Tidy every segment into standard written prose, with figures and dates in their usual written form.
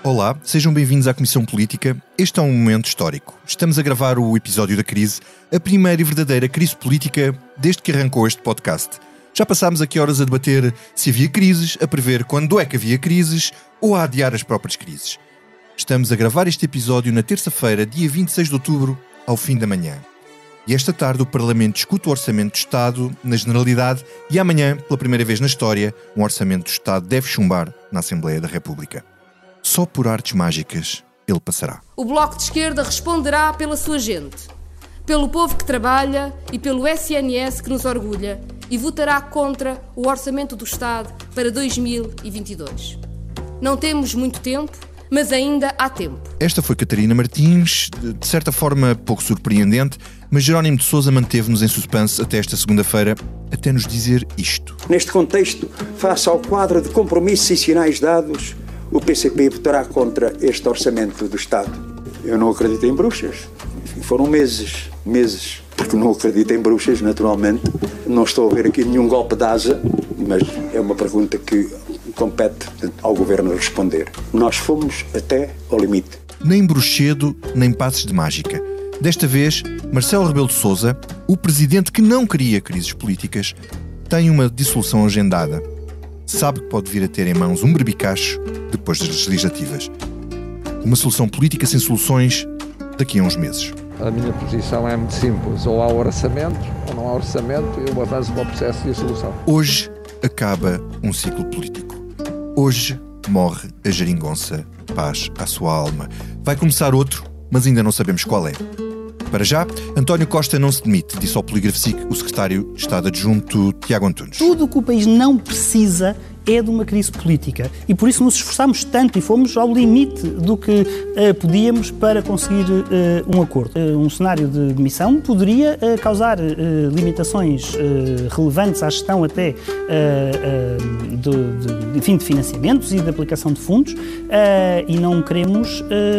Olá, sejam bem-vindos à Comissão Política. Este é um momento histórico. Estamos a gravar o episódio da crise, a primeira e verdadeira crise política desde que arrancou este podcast. Já passámos aqui horas a debater se havia crises, a prever quando é que havia crises ou a adiar as próprias crises. Estamos a gravar este episódio na terça-feira, dia 26 de outubro, ao fim da manhã. E esta tarde o Parlamento discute o Orçamento do Estado na Generalidade e amanhã, pela primeira vez na história, um Orçamento do Estado deve chumbar na Assembleia da República. Só por artes mágicas ele passará. O Bloco de Esquerda responderá pela sua gente, pelo povo que trabalha e pelo SNS que nos orgulha e votará contra o Orçamento do Estado para 2022. Não temos muito tempo, mas ainda há tempo. Esta foi Catarina Martins, de certa forma pouco surpreendente, mas Jerónimo de Sousa manteve-nos em suspense até esta segunda-feira, até nos dizer isto. Neste contexto, face ao quadro de compromissos e sinais dados, o PCP votará contra este Orçamento do Estado. Eu não acredito em bruxas. Enfim, foram meses, porque não acredito em bruxas, naturalmente. Não estou a ver aqui nenhum golpe de asa, mas é uma pergunta que compete ao Governo responder. Nós fomos até ao limite. Nem bruxedo, nem passes de mágica. Desta vez, Marcelo Rebelo de Sousa, o presidente que não queria crises políticas, tem uma dissolução agendada. Sabe que pode vir a ter em mãos um berbicacho depois das legislativas. Uma solução política sem soluções daqui a uns meses. A minha posição é muito simples. Ou há orçamento, ou não há orçamento, e eu avanço para o processo de dissolução. Hoje acaba um ciclo político. Hoje morre a geringonça, paz à sua alma. Vai começar outro, mas ainda não sabemos qual é. Para já, António Costa não se demite, disse ao Polígrafo SIC o secretário de Estado adjunto Tiago Antunes. Tudo o que o país não precisa é de uma crise política e por isso nos esforçámos tanto e fomos ao limite do que podíamos para conseguir um acordo. Um cenário de demissão poderia causar limitações relevantes à gestão até de financiamentos e de aplicação de fundos e não queremos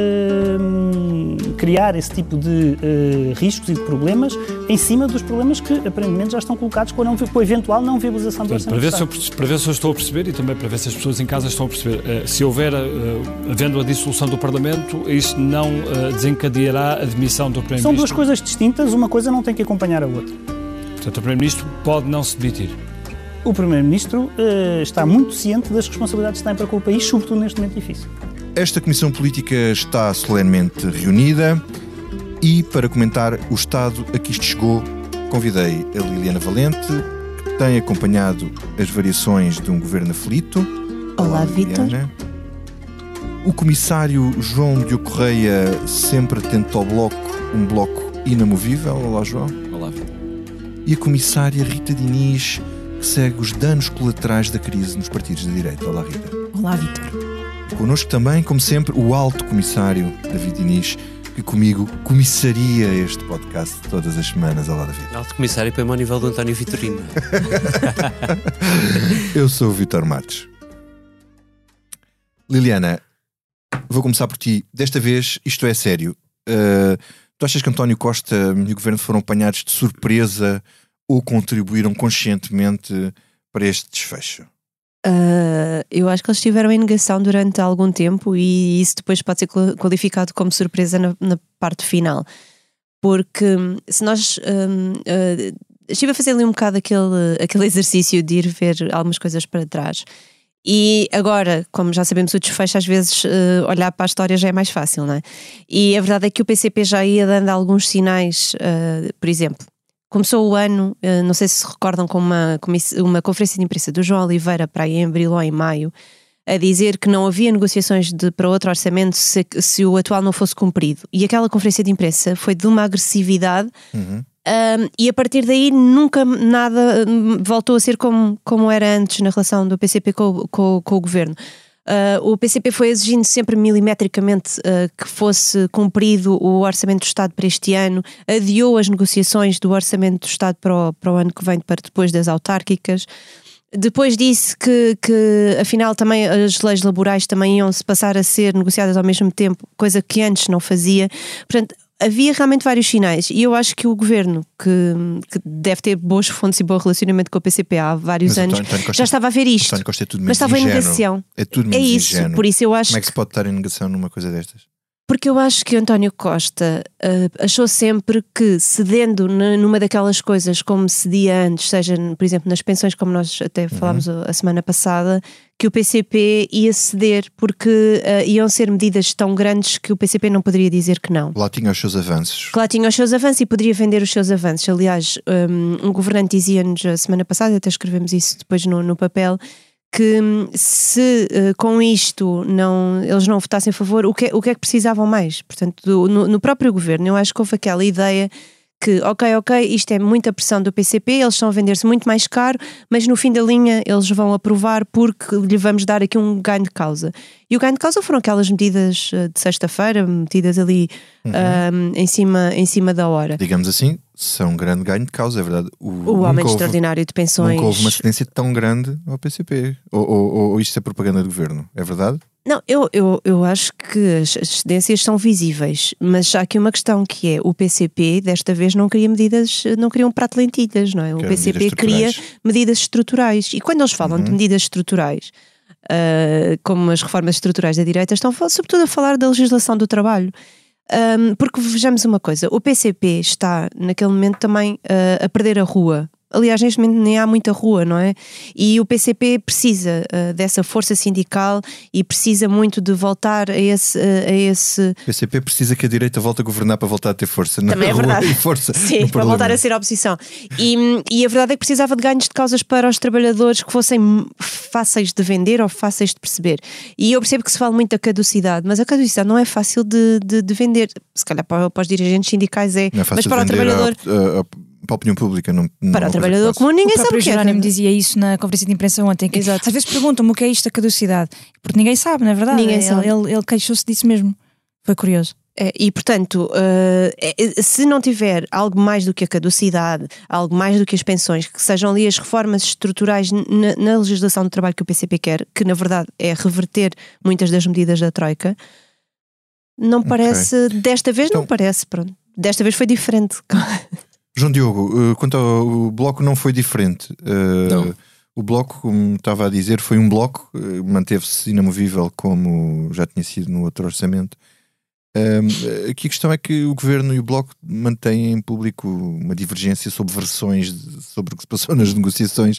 criar esse tipo de riscos e de problemas em cima dos problemas que aparentemente já estão colocados com a eventual não viabilização do orçamento. Para ver se eu estou a perceber e também para ver se as pessoas em casa estão a perceber. Se houver, havendo a dissolução do Parlamento, isso não desencadeará a demissão do Primeiro-Ministro? São duas coisas distintas, uma coisa não tem que acompanhar a outra. Portanto, o Primeiro-Ministro pode não se demitir? O Primeiro-Ministro está muito ciente das responsabilidades que tem para com o país, sobretudo neste momento difícil. Esta Comissão Política está solenemente reunida e, para comentar o estado a que isto chegou, convidei a Liliana Valente, que tem acompanhado as variações de um governo aflito. Olá, Vítor. O comissário João Diogo Correia, sempre atento ao bloco, um bloco inamovível. Olá, João. Olá, Vítor. E a comissária Rita Diniz, que segue os danos colaterais da crise nos partidos de direita. Olá, Rita. Olá, Vítor. Connosco também, como sempre, o alto comissário David Diniz, que comigo comissaria este podcast todas as semanas. Olá, David. Alto comissário para ao nível do António Vitorino. Eu sou o Vítor Matos. Liliana, vou começar por ti. Desta vez, isto é sério. Tu achas que António Costa e o governo foram apanhados de surpresa ou contribuíram conscientemente para este desfecho? Eu acho que eles estiveram em negação durante algum tempo e isso depois pode ser qualificado como surpresa na parte final, porque se nós estive a fazer ali um bocado aquele exercício de ir ver algumas coisas para trás e agora, como já sabemos o desfecho, às vezes olhar para a história já é mais fácil, não é? E a verdade é que o PCP já ia dando alguns sinais, por exemplo, começou o ano, não sei se recordam, com uma conferência de imprensa do João Oliveira para aí em abril ou em maio, a dizer que não havia negociações para outro orçamento se o atual não fosse cumprido. E aquela conferência de imprensa foi de uma agressividade e a partir daí nunca nada voltou a ser como era antes na relação do PCP com o governo. O PCP foi exigindo sempre milimetricamente que fosse cumprido o Orçamento do Estado para este ano, adiou as negociações do Orçamento do Estado para o ano que vem, para depois das autárquicas. Depois disse que afinal também as leis laborais também iam se passar a ser negociadas ao mesmo tempo, coisa que antes não fazia. Portanto, havia realmente vários sinais, e eu acho que o governo, que deve ter boas fontes e bom relacionamento com o PCP há vários anos, já estava a ver isto. António Costa é tudo menos mas estava ingênuo. em negação. É tudo menos ingênuo. Por isso eu acho. Como é que se pode estar em negação numa coisa destas? Porque eu acho que o António Costa achou sempre que, cedendo numa daquelas coisas como cedia antes, seja, por exemplo, nas pensões, como nós até falámos a semana passada, que o PCP ia ceder porque iam ser medidas tão grandes que o PCP não poderia dizer que não. Lá tinha os seus avanços. Lá tinha os seus avanços e poderia vender os seus avanços. Aliás, um governante dizia-nos a semana passada, até escrevemos isso depois no papel, que se com isto eles não votassem a favor, o que é que precisavam mais? Portanto, no próprio governo, eu acho que houve aquela ideia que, ok, isto é muita pressão do PCP, eles estão a vender-se muito mais caro, mas no fim da linha eles vão aprovar porque lhe vamos dar aqui um ganho de causa. E o ganho de causa foram aquelas medidas de sexta-feira, metidas ali em cima da hora. Digamos assim, são um grande ganho de causa, é verdade. O aumento extraordinário de pensões. Nunca houve uma cedência tão grande ao PCP. Ou isto é propaganda do governo, é verdade? Não, eu acho que as cedências são visíveis, mas há aqui uma questão que é: o PCP desta vez não queria não queria um prato de lentilhas, não é? O PCP queria medidas estruturais. E quando eles falam de medidas estruturais, como as reformas estruturais da direita, estão sobretudo a falar da legislação do trabalho. Porque vejamos uma coisa, o PCP está naquele momento também a perder a rua. Aliás, neste momento nem há muita rua, não é? E o PCP precisa dessa força sindical e precisa muito de voltar a esse... O PCP precisa que a direita volte a governar para voltar a ter força na Também rua, é verdade. E força. Sim, para voltar a ser a oposição. E a verdade é que precisava de ganhos de causas para os trabalhadores que fossem fáceis de vender ou fáceis de perceber. E eu percebo que se fala muito da caducidade, mas a caducidade não é fácil de vender. Se calhar para os dirigentes sindicais não é fácil, mas para de o trabalhador... Para a opinião pública não para o trabalhador comum ninguém sabe o que é. O próprio Jerónimo dizia isso na conferência de imprensa ontem, que às vezes perguntam-me o que é isto da caducidade, porque ninguém sabe, não é verdade? Ninguém sabe. Ele queixou-se disso mesmo, foi curioso. E portanto, se não tiver algo mais do que a caducidade, algo mais do que as pensões, que sejam ali as reformas estruturais na legislação do trabalho que o PCP quer, que na verdade é reverter muitas das medidas da Troika, não parece, desta vez não parece, pronto. Desta vez foi diferente. João Diogo, quanto ao Bloco não foi diferente. O Bloco, como estava a dizer, foi um bloco, manteve-se inamovível como já tinha sido no outro orçamento. Aqui a questão é que o Governo e o Bloco mantêm em público uma divergência sobre versões sobre o que se passou nas negociações.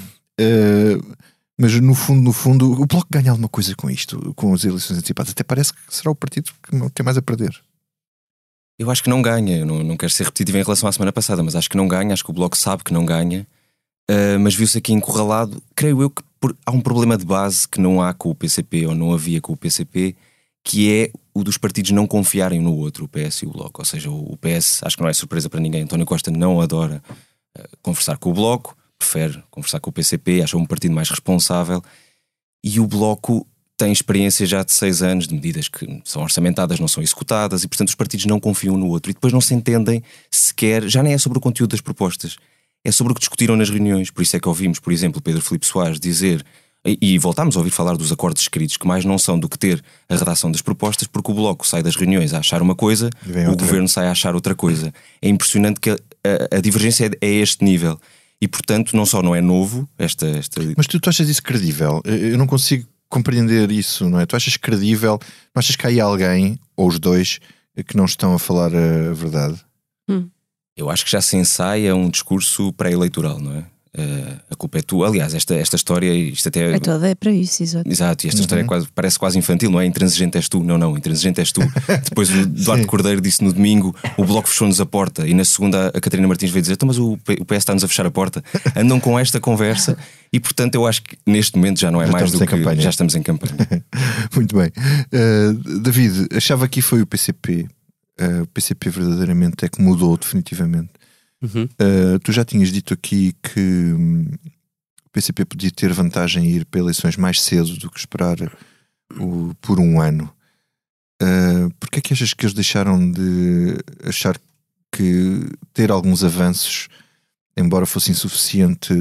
Mas no fundo, o Bloco ganha alguma coisa com isto, com as eleições antecipadas. Até parece que será o partido que tem mais a perder. Eu acho que não ganha, eu não quero ser repetitivo em relação à semana passada, mas acho que não ganha, acho que o Bloco sabe que não ganha, mas viu-se aqui encurralado. Creio eu que há um problema de base que não há com o PCP, ou não havia com o PCP, que é o dos partidos não confiarem no outro, o PS e o Bloco. Ou seja, o PS, acho que não é surpresa para ninguém, António Costa não adora conversar com o Bloco, prefere conversar com o PCP, acha um partido mais responsável, e o Bloco tem experiência já de 6 anos de medidas que são orçamentadas, não são executadas, e portanto os partidos não confiam no outro e depois não se entendem sequer, já nem é sobre o conteúdo das propostas, é sobre o que discutiram nas reuniões. Por isso é que ouvimos, por exemplo, Pedro Filipe Soares dizer, e voltámos a ouvir falar dos acordos escritos, que mais não são do que ter a redação das propostas, porque o Bloco sai das reuniões a achar uma coisa, o Governo sai a achar outra coisa. É impressionante que a divergência é a este nível. E portanto não só não é novo esta... Mas tu achas isso credível? Eu não consigo compreender isso, não é? Tu achas credível? Não achas que há aí alguém, ou os dois, que não estão a falar a verdade? Eu acho que já se ensaia um discurso pré-eleitoral, não é? A culpa é tua. Aliás, esta história, isto até é toda é para isso, exato. Exato, e esta história parece quase infantil, não é? Intransigente és tu. Não, intransigente és tu. Depois o Eduardo Cordeiro disse no domingo, o Bloco fechou-nos a porta, e na segunda a Catarina Martins veio dizer, então, mas o PS está-nos a fechar a porta. Andam com esta conversa e portanto eu acho que neste momento já não é mais do que campanha. Já estamos em campanha. Muito bem. David, achava que foi o PCP. O PCP verdadeiramente é que mudou definitivamente. Tu já tinhas dito aqui que o PCP podia ter vantagem em ir para eleições mais cedo do que esperar por um ano. Porquê é que achas que eles deixaram de achar que ter alguns avanços, embora fosse insuficiente,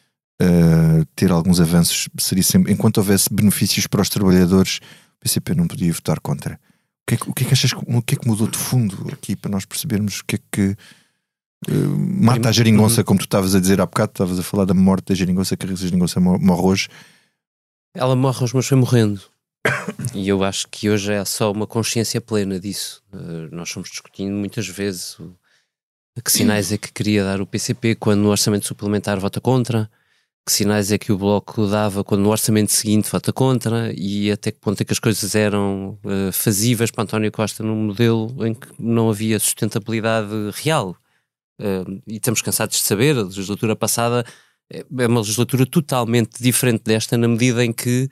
ter alguns avanços seria sempre, enquanto houvesse benefícios para os trabalhadores, o PCP não podia votar contra? O O que é que mudou de fundo aqui para nós percebermos o que é que mata a geringonça, como tu estavas a dizer há bocado, estavas a falar da morte da geringonça, que a geringonça morre hoje. Ela morre hoje, mas foi morrendo. E eu acho que hoje é só uma consciência plena disso. Nós fomos discutindo muitas vezes a que sinais é que queria dar o PCP quando no orçamento suplementar vota contra, que sinais é que o Bloco dava quando no orçamento seguinte vota contra, e até que ponto é que as coisas eram fazíveis para António Costa num modelo em que não havia sustentabilidade real. E estamos cansados de saber, a legislatura passada é uma legislatura totalmente diferente desta, na medida em que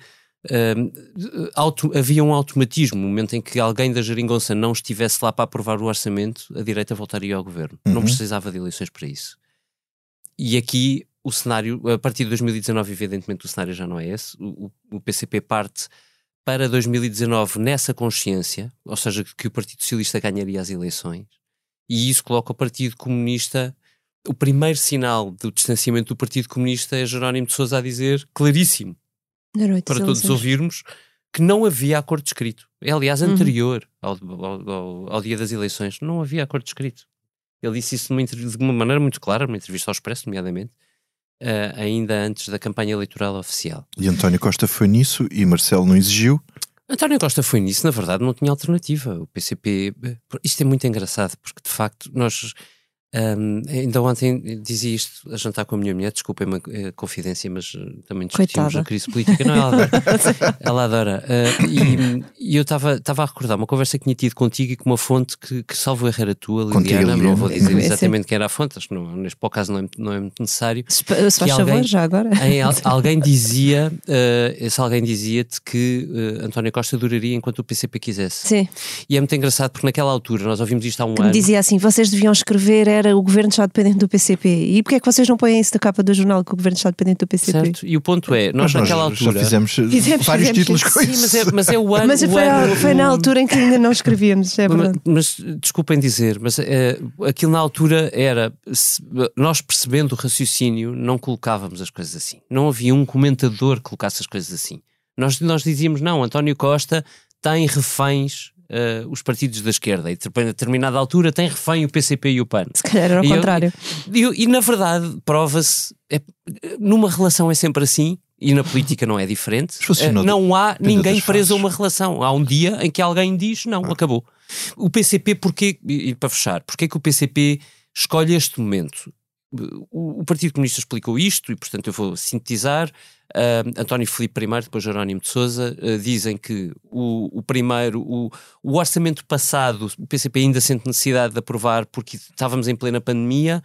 havia um automatismo. No momento em que alguém da geringonça não estivesse lá para aprovar o orçamento, a direita voltaria ao governo. Não precisava de eleições para isso. E aqui o cenário, a partir de 2019, evidentemente o cenário já não é esse. O PCP parte para 2019 nessa consciência, ou seja, que o Partido Socialista ganharia as eleições, e isso coloca o Partido Comunista. O primeiro sinal do distanciamento do Partido Comunista é Jerónimo de Sousa a dizer, claríssimo, para todos ouvirmos, que não havia acordo escrito. É, aliás, anterior ao dia das eleições, não havia acordo escrito. Ele disse isso de uma maneira muito clara, numa entrevista ao Expresso, nomeadamente, ainda antes da campanha eleitoral oficial. E António Costa foi nisso e Marcelo não exigiu? António Costa foi nisso, na verdade não tinha alternativa. O PCP, isto é muito engraçado, porque de facto nós, ainda ontem dizia isto a jantar com a minha mulher, desculpem-me a confidência, mas também discutimos a crise política. Não, ela adora. E eu estava a recordar uma conversa que tinha tido contigo e com uma fonte que salvo erro era tua, Liliana, não vou dizer exatamente quem era a fonte, acho que neste caso não é muito necessário. Se faz favor, já agora. Alguém dizia-te que António Costa duraria enquanto o PCP quisesse. Sim. E é muito engraçado porque naquela altura, nós ouvimos isto há um ano. Me dizia assim, vocês deviam escrever, era o governo está dependente do PCP. E porquê é que vocês não põem isso da capa do jornal, que o governo está dependente do PCP? Certo, e o ponto é, nós naquela altura... já fizemos vários títulos com isso. Sim, mas é o ano... Mas foi na altura em que ainda não escrevíamos, é verdade. Mas desculpem dizer, mas aquilo na altura era... Nós percebendo o raciocínio, não colocávamos as coisas assim. Não havia um comentador que colocasse as coisas assim. Nós dizíamos, não, António Costa tem reféns... os partidos da esquerda, e a determinada altura tem refém o PCP e o PAN. Se calhar era o contrário. E na verdade prova-se, numa relação é sempre assim, e na política não é diferente. Não há ninguém preso a uma relação. Há um dia em que alguém diz, não, acabou. O PCP, porquê, e para fechar, porquê que o PCP escolhe este momento? O Partido Comunista explicou isto, e portanto eu vou sintetizar. António Filipe I, depois Jerónimo de Sousa, dizem que o orçamento passado o PCP ainda sente necessidade de aprovar porque estávamos em plena pandemia,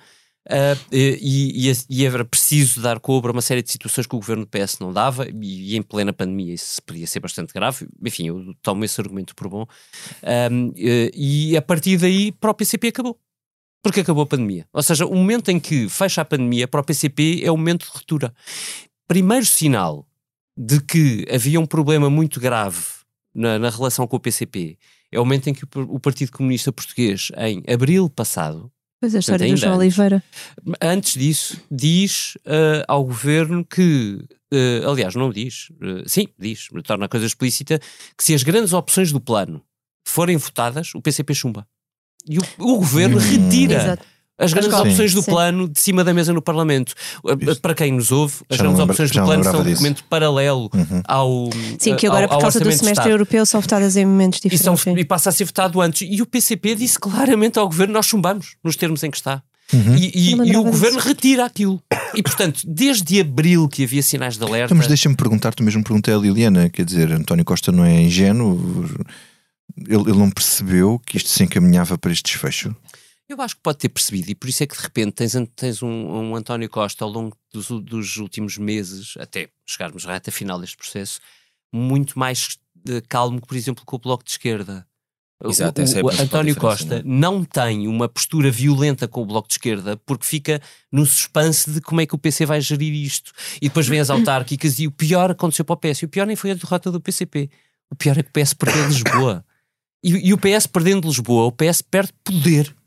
e era preciso dar cobro a uma série de situações que o governo do PS não dava, e em plena pandemia isso podia ser bastante grave. Enfim, eu tomo esse argumento por bom, e a partir daí para o PCP acabou. Porque acabou a pandemia. Ou seja, o momento em que fecha a pandemia para o PCP é o momento de ruptura. Primeiro sinal de que havia um problema muito grave na relação com o PCP é o momento em que o Partido Comunista Português, em abril passado... Pois a história do João Oliveira. Antes disso, diz ao governo que... aliás, não diz. Sim, diz. Torna a coisa explícita que se as grandes opções do plano forem votadas, o PCP chumba. E o governo retira as grandes opções do plano de cima da mesa no Parlamento. Para quem nos ouve, as grandes opções do plano são um documento paralelo ao Sim, que agora por causa do semestre europeu são votadas em momentos diferentes. E passa a ser votado antes. E o PCP disse claramente ao governo, nós chumbamos nos termos em que está. E o governo retira aquilo. E portanto, desde abril que havia sinais de alerta... Mas deixa-me perguntar, tu mesmo perguntei a Liliana, quer dizer, António Costa não é ingênuo... Ele não percebeu que isto se encaminhava para este desfecho? Eu acho que pode ter percebido, e por isso é que de repente tens um António Costa ao longo dos últimos meses, até chegarmos à reta final deste processo, muito mais calmo que, por exemplo, com o Bloco de Esquerda. Exato, o António Costa não tem uma postura violenta com o Bloco de Esquerda porque fica no suspense de como é que o PC vai gerir isto. E depois vem as autárquicas e o pior aconteceu para o PS. E o pior nem foi a derrota do PCP. O pior é que o PS perdeu Lisboa. E o PS perdendo Lisboa, o PS perde poder.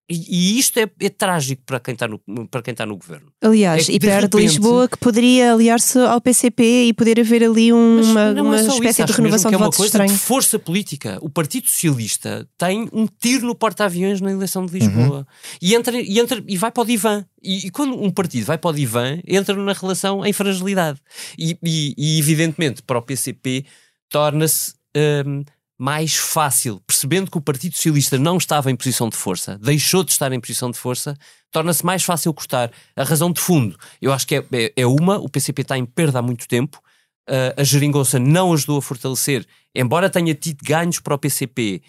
E isto é trágico para quem está no governo. Aliás, É e perto de Lisboa, que poderia aliar-se ao PCP e poder haver ali uma espécie de renovação de votos estranho. É uma coisa de força política. O Partido Socialista tem um tiro no porta-aviões na eleição de Lisboa. E vai para o divã. E quando um partido vai para o divã, entra na relação em fragilidade. E evidentemente, para o PCP, torna-se mais fácil, percebendo que o Partido Socialista não estava em posição de força, deixou de estar em posição de força, torna-se mais fácil cortar. A razão de fundo, eu acho que o PCP está em perda há muito tempo, a geringonça não ajudou a fortalecer, embora tenha tido ganhos para o PCP,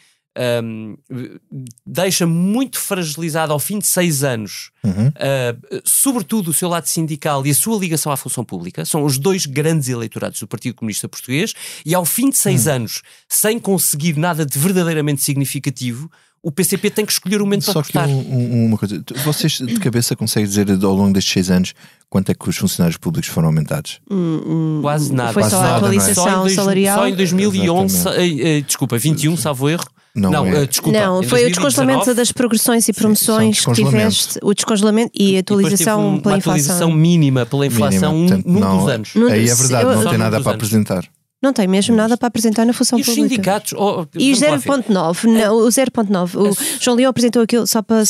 deixa muito fragilizado ao fim de 6 anos, sobretudo o seu lado sindical e a sua ligação à função pública. São os 2 grandes eleitorados do Partido Comunista Português, e ao fim de 6 anos, sem conseguir nada de verdadeiramente significativo, o PCP tem que escolher o momento para cortar. Só que uma coisa, vocês de cabeça conseguem dizer ao longo destes 6 anos quanto é que os funcionários públicos foram aumentados? Quase nada. Foi só a atualização salarial. Só em 2011, 21, salvo erro. Desculpa. Não, foi o descongelamento das progressões e promoções que tiveste, o descongelamento e a atualização pela inflação. Uma atualização mínima pela inflação num dos anos. Aí é verdade, não tem nada para apresentar. Não tem mesmo nada para apresentar na função pública. E os sindicatos? E 0.9, não, o 0.9. O João Leão apresentou aquilo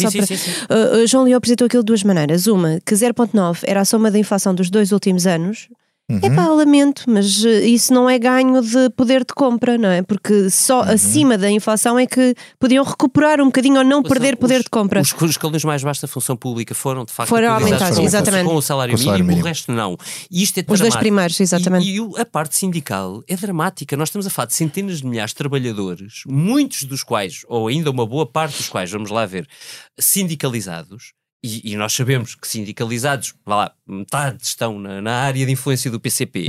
João Leão apresentou aquilo de 2 maneiras. Uma, que 0.9 era a soma da inflação dos 2 últimos anos. Lamento, mas isso não é ganho de poder de compra, não é? Porque só acima da inflação é que podiam recuperar um bocadinho ou não perder poder de compra. Os escalões mais baixos da função pública foram, de facto, aumentados, exatamente, com o salário mínimo, o resto não. E isto é os 2 primeiros, exatamente. E a parte sindical é dramática. Nós estamos a falar de centenas de milhares de trabalhadores, muitos dos quais, ou ainda uma boa parte dos quais, vamos lá ver, sindicalizados. E nós sabemos que sindicalizados, metade estão na área de influência do PCP,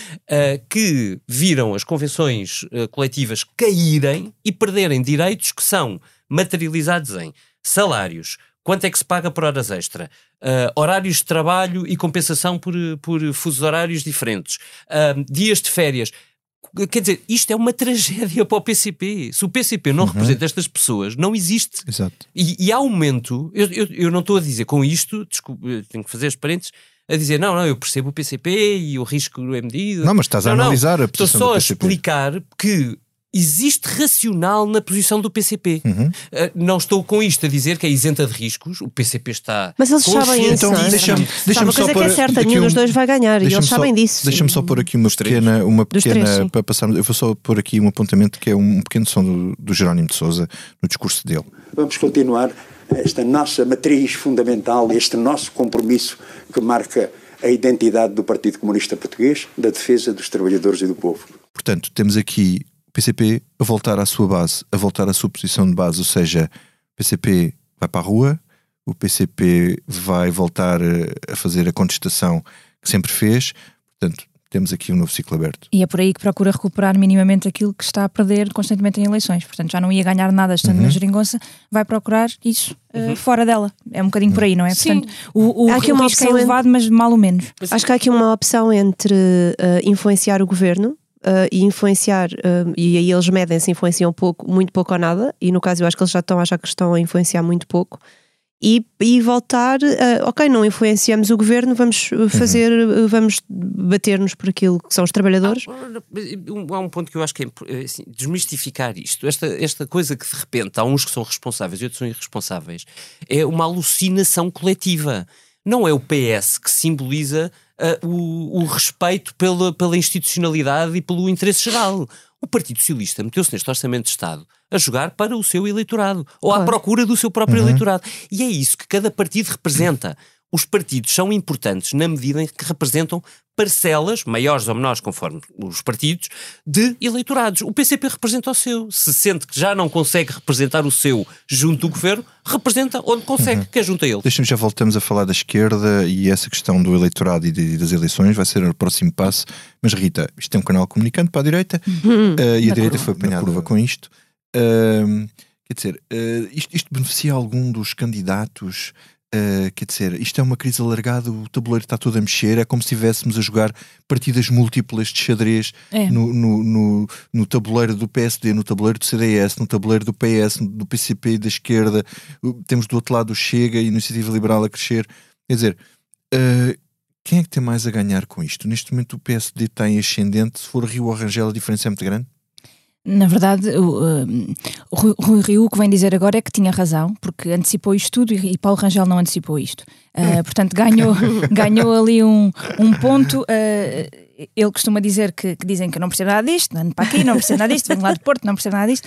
que viram as convenções coletivas caírem e perderem direitos que são materializados em salários, quanto é que se paga por horas extra, horários de trabalho e compensação por fusos horários diferentes, dias de férias. Quer dizer, isto é uma tragédia para o PCP. Se o PCP não representa estas pessoas, não existe. Exato. E há um momento, eu não estou a dizer com isto, desculpa, tenho que fazer as parênteses, a dizer, não, eu percebo o PCP e o risco é medido. Não, mas estás a analisar a posição do PCP. Estou só a explicar que existe racional na posição do PCP. Não estou com isto a dizer que é isenta de riscos. O PCP está... Mas eles sabem isso, então, não é? Deixa-me só coisa que é certa, nenhum dos 2 vai ganhar e eles sabem disso. Deixa-me só pôr aqui uma pequena para passarmos. Eu vou só pôr aqui um apontamento que é um pequeno som do Jerónimo de Sousa no discurso dele. Vamos continuar esta nossa matriz fundamental, este nosso compromisso que marca a identidade do Partido Comunista Português, da defesa dos trabalhadores e do povo. Portanto, temos aqui o PCP a voltar à sua base, a voltar à sua posição de base, ou seja, o PCP vai para a rua, o PCP vai voltar a fazer a contestação que sempre fez, portanto, temos aqui um novo ciclo aberto. E é por aí que procura recuperar minimamente aquilo que está a perder constantemente em eleições, portanto já não ia ganhar nada estando na geringonça, vai procurar isso fora dela, é um bocadinho por aí, não é? Sim. Portanto, o risco é elevado, mas mal ou menos. Acho que há aqui uma opção entre influenciar o governo, e influenciar, e aí eles medem se influenciam pouco, muito pouco ou nada, e no caso eu acho que eles já estão a achar que estão a influenciar muito pouco, e voltar, ok, não influenciamos o governo, vamos fazer, vamos bater-nos por aquilo que são os trabalhadores. Há um ponto que eu acho que é assim, desmistificar isto, esta coisa que de repente há uns que são responsáveis e outros são irresponsáveis, é uma alucinação coletiva. Não é o PS que simboliza o respeito pela institucionalidade e pelo interesse geral. O Partido Socialista meteu-se neste Orçamento de Estado a jogar para o seu eleitorado, ou à procura do seu próprio eleitorado. E é isso que cada partido representa. Os partidos são importantes na medida em que representam parcelas, maiores ou menores conforme os partidos, de eleitorados. O PCP representa o seu. Se sente que já não consegue representar o seu junto do governo, representa onde consegue, que é junto a ele. Deixa-me, já voltamos a falar da esquerda e essa questão do eleitorado e das eleições vai ser o próximo passo. Mas Rita, isto tem um canal comunicante para a direita e a direita foi apanhada curva com isto. Quer dizer, isto beneficia algum dos candidatos Quer dizer, isto é uma crise alargada, o tabuleiro está todo a mexer, é como se estivéssemos a jogar partidas múltiplas de xadrez no tabuleiro do PSD, no tabuleiro do CDS, no tabuleiro do PS, do PCP e da esquerda. Temos do outro lado o Chega e a Iniciativa Liberal a crescer. Quer dizer, quem é que tem mais a ganhar com isto? Neste momento o PSD está em ascendente, se for Rio ou Rangel a diferença é muito grande? Na verdade, o Rui Rio o que vem dizer agora é que tinha razão, porque antecipou isto tudo e Paulo Rangel não antecipou isto. Portanto, ganhou ali um ponto. Ele costuma dizer que dizem que eu não percebo nada disto, ando para aqui, não percebo nada disto, venho lá de Porto, não percebo nada disto.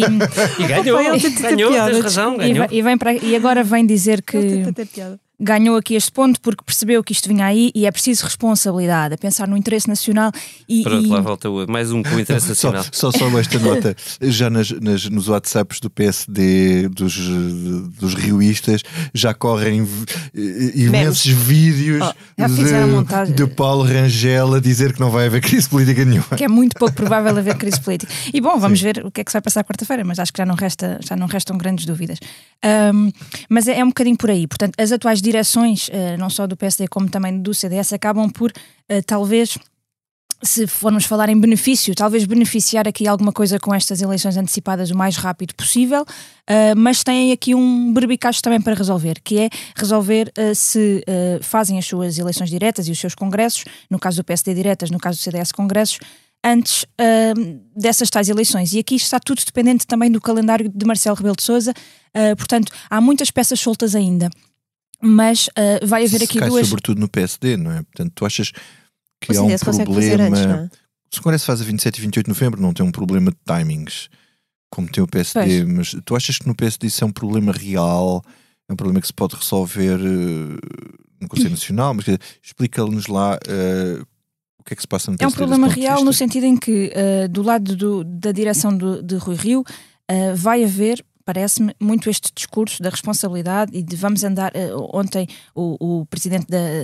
E ganhou, tens razão, ganhou. E agora vem dizer que ganhou aqui este ponto porque percebeu que isto vinha aí e é preciso responsabilidade, a pensar no interesse nacional. Pronto, lá volta mais um com o interesse nacional. Só esta nota, já nos WhatsApps do PSD, dos rioístas, já correm imensos vídeos de Paulo Rangel a dizer que não vai haver crise política nenhuma. Que é muito pouco provável haver crise política. E bom, vamos ver o que é que se vai passar quarta-feira, mas acho que já não restam grandes dúvidas. Mas é um bocadinho por aí. Portanto, as atuais direções, não só do PSD como também do CDS, acabam por, talvez, se formos falar em benefício, talvez beneficiar aqui alguma coisa com estas eleições antecipadas o mais rápido possível, mas têm aqui um berbicacho também para resolver, que é resolver se fazem as suas eleições diretas e os seus congressos, no caso do PSD diretas, no caso do CDS congressos, antes dessas tais eleições. E aqui está tudo dependente também do calendário de Marcelo Rebelo de Sousa, portanto, há muitas peças soltas ainda. Mas vai haver aqui duas... sobretudo no PSD, não é? Portanto, tu achas que há um problema... Antes, se o Congresso faz a 27 e 28 de novembro, não tem um problema de timings, como tem o PSD, mas tu achas que no PSD isso é um problema real, é um problema que se pode resolver no Conselho Nacional? Mas explica-nos lá o que é que se passa no PSD. É um problema real no sentido em que, do lado da direção de Rui Rio, vai haver... Parece-me muito este discurso da responsabilidade e de vamos andar... ontem o presidente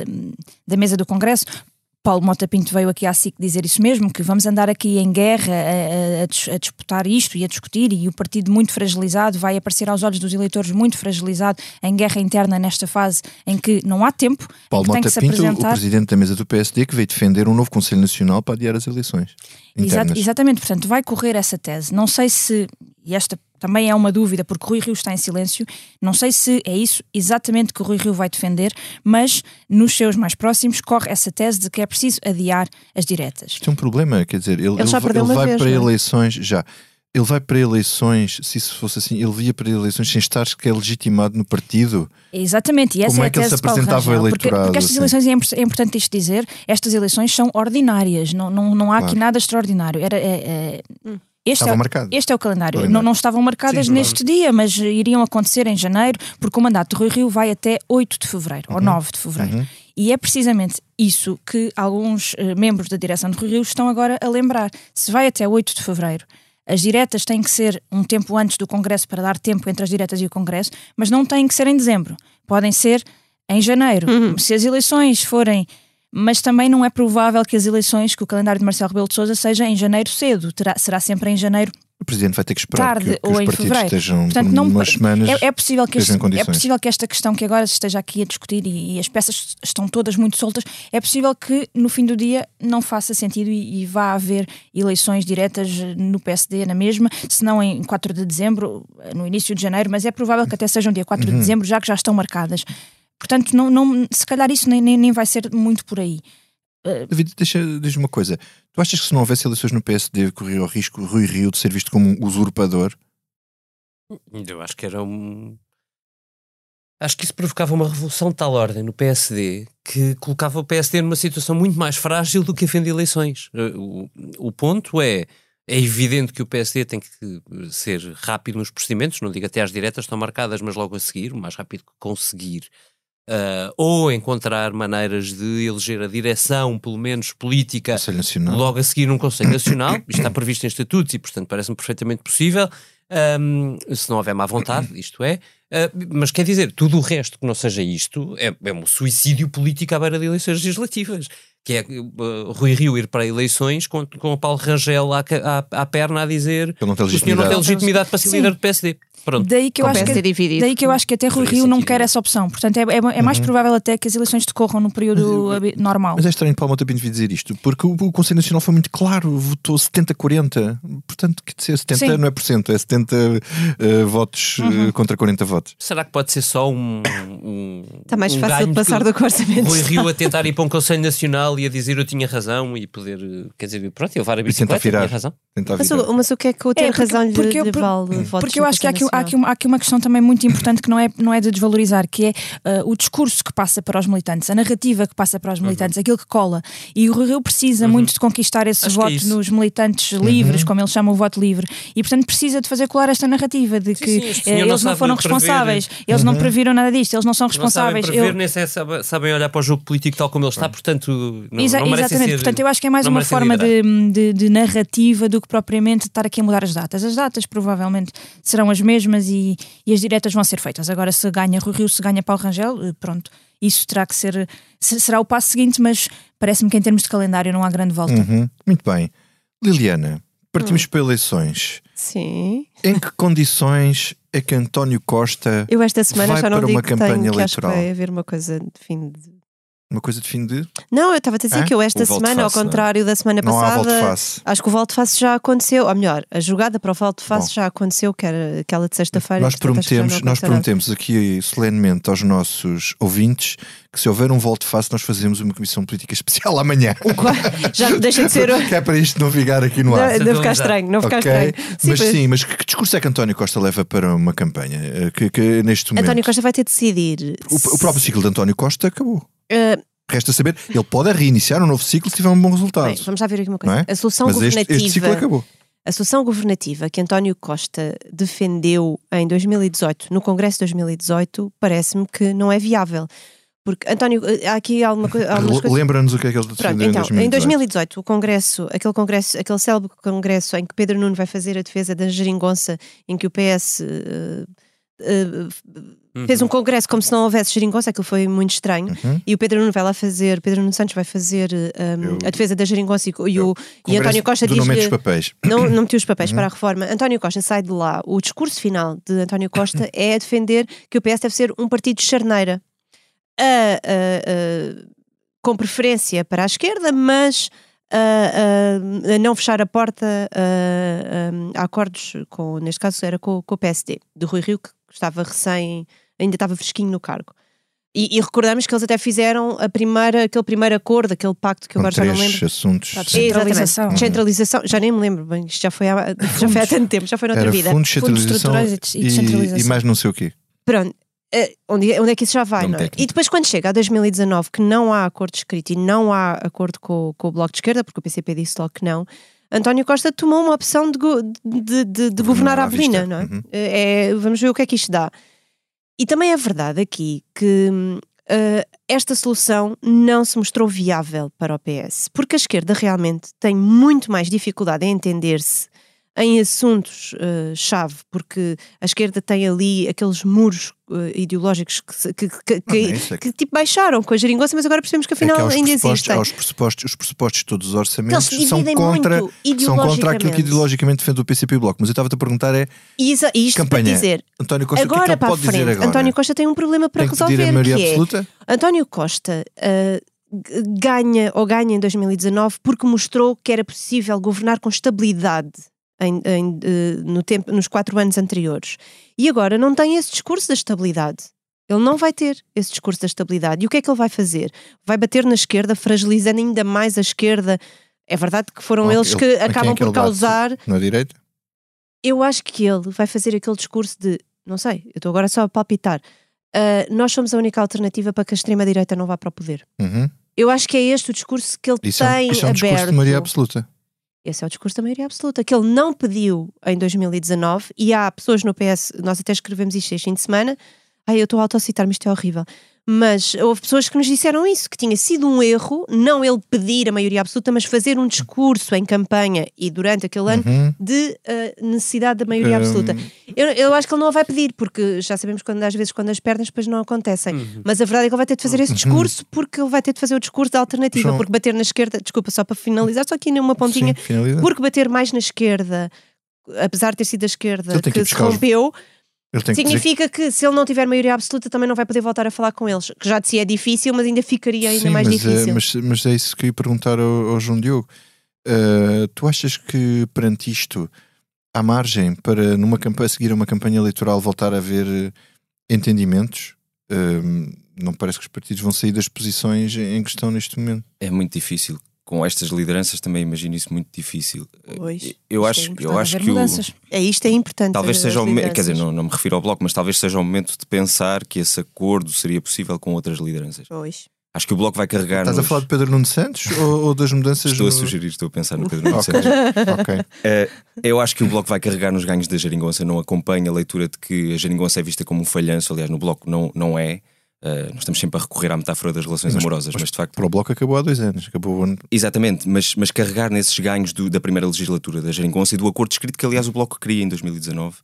da mesa do Congresso, Paulo Mota Pinto, veio aqui à SIC dizer isso mesmo, que vamos andar aqui em guerra a disputar isto e a discutir, e o partido muito fragilizado vai aparecer aos olhos dos eleitores muito fragilizado em guerra interna nesta fase em que não há tempo. Paulo Mota Pinto, o presidente da mesa do PSD, que veio defender um novo Conselho Nacional para adiar as eleições internas. Exatamente, portanto vai correr essa tese. Não sei se, e esta também é uma dúvida, porque Rui Rio está em silêncio, não sei se é isso exatamente que o Rui Rio vai defender, mas nos seus mais próximos corre essa tese de que é preciso adiar as diretas. Isto é um problema, quer dizer, ele vai para eleições já. Ele vai para eleições, se isso fosse assim, ele via para eleições sem estar sequer legitimado no partido. Exatamente, e essa como é a tese que ele se apresentava ao eleitorado? Porque estas eleições, é importante isto dizer, estas eleições são ordinárias, não há aqui nada extraordinário. Este é o calendário. Não estavam marcadas neste dia, mas iriam acontecer em janeiro, porque o mandato de Rui Rio vai até 8 de fevereiro, ou 9 de fevereiro. E é precisamente isso que alguns membros da direção de Rui Rio estão agora a lembrar. Se vai até 8 de fevereiro, as diretas têm que ser um tempo antes do Congresso para dar tempo entre as diretas e o Congresso, mas não têm que ser em dezembro. Podem ser em janeiro. Se as eleições forem... Mas também não é provável que as eleições, que o calendário de Marcelo Rebelo de Sousa seja em janeiro cedo. Será sempre em janeiro o Presidente vai ter que esperar tarde que ou os em partidos fevereiro. Estejam portanto, por umas semanas é possível que esta questão que agora se esteja aqui a discutir e as peças estão todas muito soltas, é possível que no fim do dia não faça sentido e vá haver eleições diretas no PSD na mesma, se não em 4 de dezembro, no início de janeiro, mas é provável que até sejam dia 4 de dezembro, já que já estão marcadas. Portanto, se calhar isso nem vai ser muito por aí. David, diz-me uma coisa. Tu achas que se não houvesse eleições no PSD corria o risco Rui Rio de ser visto como um usurpador? Eu acho que era Acho que isso provocava uma revolução de tal ordem no PSD que colocava o PSD numa situação muito mais frágil do que a fim de eleições. O ponto é evidente que o PSD tem que ser rápido nos procedimentos, não digo até às diretas estão marcadas, mas logo a seguir, o mais rápido que conseguir. Ou encontrar maneiras de eleger a direção, pelo menos política, logo a seguir num Conselho Nacional. Isto está previsto em estatutos e, portanto, parece-me perfeitamente possível, se não houver má vontade, isto é. Mas quer dizer, tudo o resto que não seja isto é um suicídio político à beira de eleições legislativas, que é Rui Rio ir para eleições com o Paulo Rangel à perna a dizer que o senhor não tem legitimidade para ser líder do PSD. Pronto. Daí que eu acho que até Rui Rio não quer essa opção. Portanto, é mais provável até que as eleições decorram no período normal. Mas é estranho Paulo Mota Pinto vir dizer isto, porque o Conselho Nacional foi muito claro, votou 70-40. Portanto, que dizer 70 Sim. não é por cento, é 70 votos contra 40 votos. Será que pode ser só Está mais um fácil ganho de passar que do que o orçamento? Rui Rio a tentar ir para um Conselho Nacional e a dizer eu tinha razão e poder, quer dizer, pronto, eu levar a bicicleta, tinha razão. Mas o que é que o ter razão lhe vale votos? Porque eu acho que há aqui uma questão também muito importante que não é de desvalorizar, que é o discurso que passa para os militantes, a narrativa que passa para os militantes, aquilo que cola. E o Rui Rio precisa muito de conquistar esse voto nos militantes livres, como ele chama o voto livre, e portanto precisa de fazer colar esta narrativa de que eles não foram responsáveis, eles não previram nada disto, eles não são responsáveis. Não sabem prever, sabem olhar para o jogo político tal como ele está, portanto não exatamente, ser, portanto eu acho que é mais uma forma de narrativa do que propriamente estar aqui a mudar as datas. As datas provavelmente serão as mesmas e as diretas vão ser feitas. Agora, se ganha Rui Rio, se ganha Paulo Rangel, pronto, isso terá que ser, será o passo seguinte, mas parece-me que em termos de calendário não há grande volta. Muito bem. Liliana, partimos para eleições. Sim. Em que condições é que António Costa eu esta semana vai já não para digo uma campanha que eleitoral? acho que vai haver uma coisa de fim de... Uma coisa de fim de... Não, eu estava a dizer que eu esta semana, ao contrário da semana passada, acho que o volte-face já aconteceu, ou melhor, a jogada para o volte-face já aconteceu, que era aquela de sexta-feira. Nós prometemos aqui solenemente aos nossos ouvintes que se houver um volte-face nós fazemos uma comissão política especial amanhã. Já deixa de ser... que é para isto não ficar aqui no ar. Não ficar estranho, não ficar estranho. Mas que discurso é que António Costa leva para uma campanha? Que neste momento... António Costa vai ter de decidir. O próprio ciclo de António Costa acabou. Resta saber, ele pode reiniciar um novo ciclo se tiver um bom resultado. Bem, vamos lá ver aqui uma coisa. A solução Mas governativa. este ciclo acabou. A solução governativa que António Costa defendeu em 2018, no Congresso de 2018, parece-me que não é viável. Porque António, há aqui algumas coisas... Lembra-nos o que é que ele defendeu em 2018, o Congresso, aquele célebre Congresso em que Pedro Nuno vai fazer a defesa da geringonça, em que o PS... fez um congresso como se não houvesse geringonça, aquilo foi muito estranho, e o Pedro Nuno vai lá fazer, Pedro Nuno Santos vai fazer a defesa da geringonça e António Costa diz não meteu os papéis para a reforma. António Costa sai de lá, o discurso final de António Costa é defender que o PS deve ser um partido de charneira com preferência para a esquerda, mas a não fechar a porta a acordos neste caso era com o PSD, do Rui Rio, que estava ainda estava fresquinho no cargo. E recordamos que eles até fizeram aquele primeiro acordo, aquele pacto que eu agora já não lembro. Assuntos. Descentralização. Descentralização, já nem me lembro bem, isto já foi há tanto tempo, já foi noutra vida. Fundos, estruturais e descentralização. E mais não sei o quê. Pronto. Onde é que isso já vai, não é? E depois quando chega a 2019 que não há acordo escrito e não há acordo com o Bloco de Esquerda, porque o PCP disse logo que não, António Costa tomou uma opção de governar à avenida, não é? Vamos ver o que é que isto dá. E também é verdade aqui que esta solução não se mostrou viável para o PS, porque a esquerda realmente tem muito mais dificuldade em entender-se em assuntos chave, porque a esquerda tem ali aqueles muros ideológicos que tipo baixaram com a geringonça, mas agora percebemos que afinal ainda existem. Os pressupostos de todos os orçamentos são contra aquilo que ideologicamente defende o PCP e o Bloco. Mas eu estava-te a perguntar isto campanha. Para dizer, António Costa, agora o que é que ele pode dizer agora? António Costa tem um problema para resolver, pedir a maioria absoluta? António Costa ganha em 2019 porque mostrou que era possível governar com estabilidade nos 4 anos anteriores. E agora não tem esse discurso da estabilidade. Ele não vai ter esse discurso da estabilidade. E o que é que ele vai fazer? Vai bater na esquerda, fragilizando ainda mais a esquerda. É verdade que foram eles que acabam por causar... Na direita? Eu acho que ele vai fazer aquele discurso de... Não sei, eu estou agora só a palpitar. Nós somos a única alternativa para que a extrema-direita não vá para o poder. Eu acho que é este o discurso que ele tem aberto. Isso é um discurso de maioria absoluta. Esse é o discurso da maioria absoluta, que ele não pediu em 2019, e há pessoas no PS, nós até escrevemos isto este fim de semana, eu estou a autocitar-me, isto é horrível, mas houve pessoas que nos disseram isso, que tinha sido um erro, não ele pedir a maioria absoluta, mas fazer um discurso em campanha e durante aquele ano de necessidade da maioria absoluta. Eu acho que ele não a vai pedir, porque já sabemos às vezes quando as pernas depois não acontecem, mas a verdade é que ele vai ter de fazer esse discurso, porque ele vai ter de fazer o discurso da alternativa, porque bater na esquerda, desculpa, só para finalizar, só aqui numa pontinha, porque bater mais na esquerda, apesar de ter sido a esquerda que se rompeu, Significa que se ele não tiver maioria absoluta também não vai poder voltar a falar com eles, que já de si é difícil, mas ainda ficaria ainda mais difícil. Mas é isso que eu ia perguntar ao João Diogo. Tu achas que perante isto há margem para a seguir a uma campanha eleitoral voltar a haver entendimentos? Não parece que os partidos vão sair das posições em questão neste momento. É muito difícil. Com estas lideranças também imagino isso muito difícil. Pois, eu acho que isto é importante. Talvez seja o momento, quer dizer, não me refiro ao Bloco, mas talvez seja o momento de pensar que esse acordo seria possível com outras lideranças. Pois. Acho que o Bloco vai carregar. Estás a falar de Pedro Nuno Santos ou das mudanças? Estou a pensar no Pedro Nuno Santos. Eu acho que o Bloco vai carregar nos ganhos da geringonça. Não acompanha a leitura de que a geringonça é vista como um falhanço. Aliás, no Bloco não é. Nós estamos sempre a recorrer à metáfora das relações amorosas, mas de facto. Para o Bloco acabou há 2 anos. Exatamente, mas carregar nesses ganhos da primeira legislatura da geringonça e do acordo escrito que, aliás, o Bloco queria em 2019.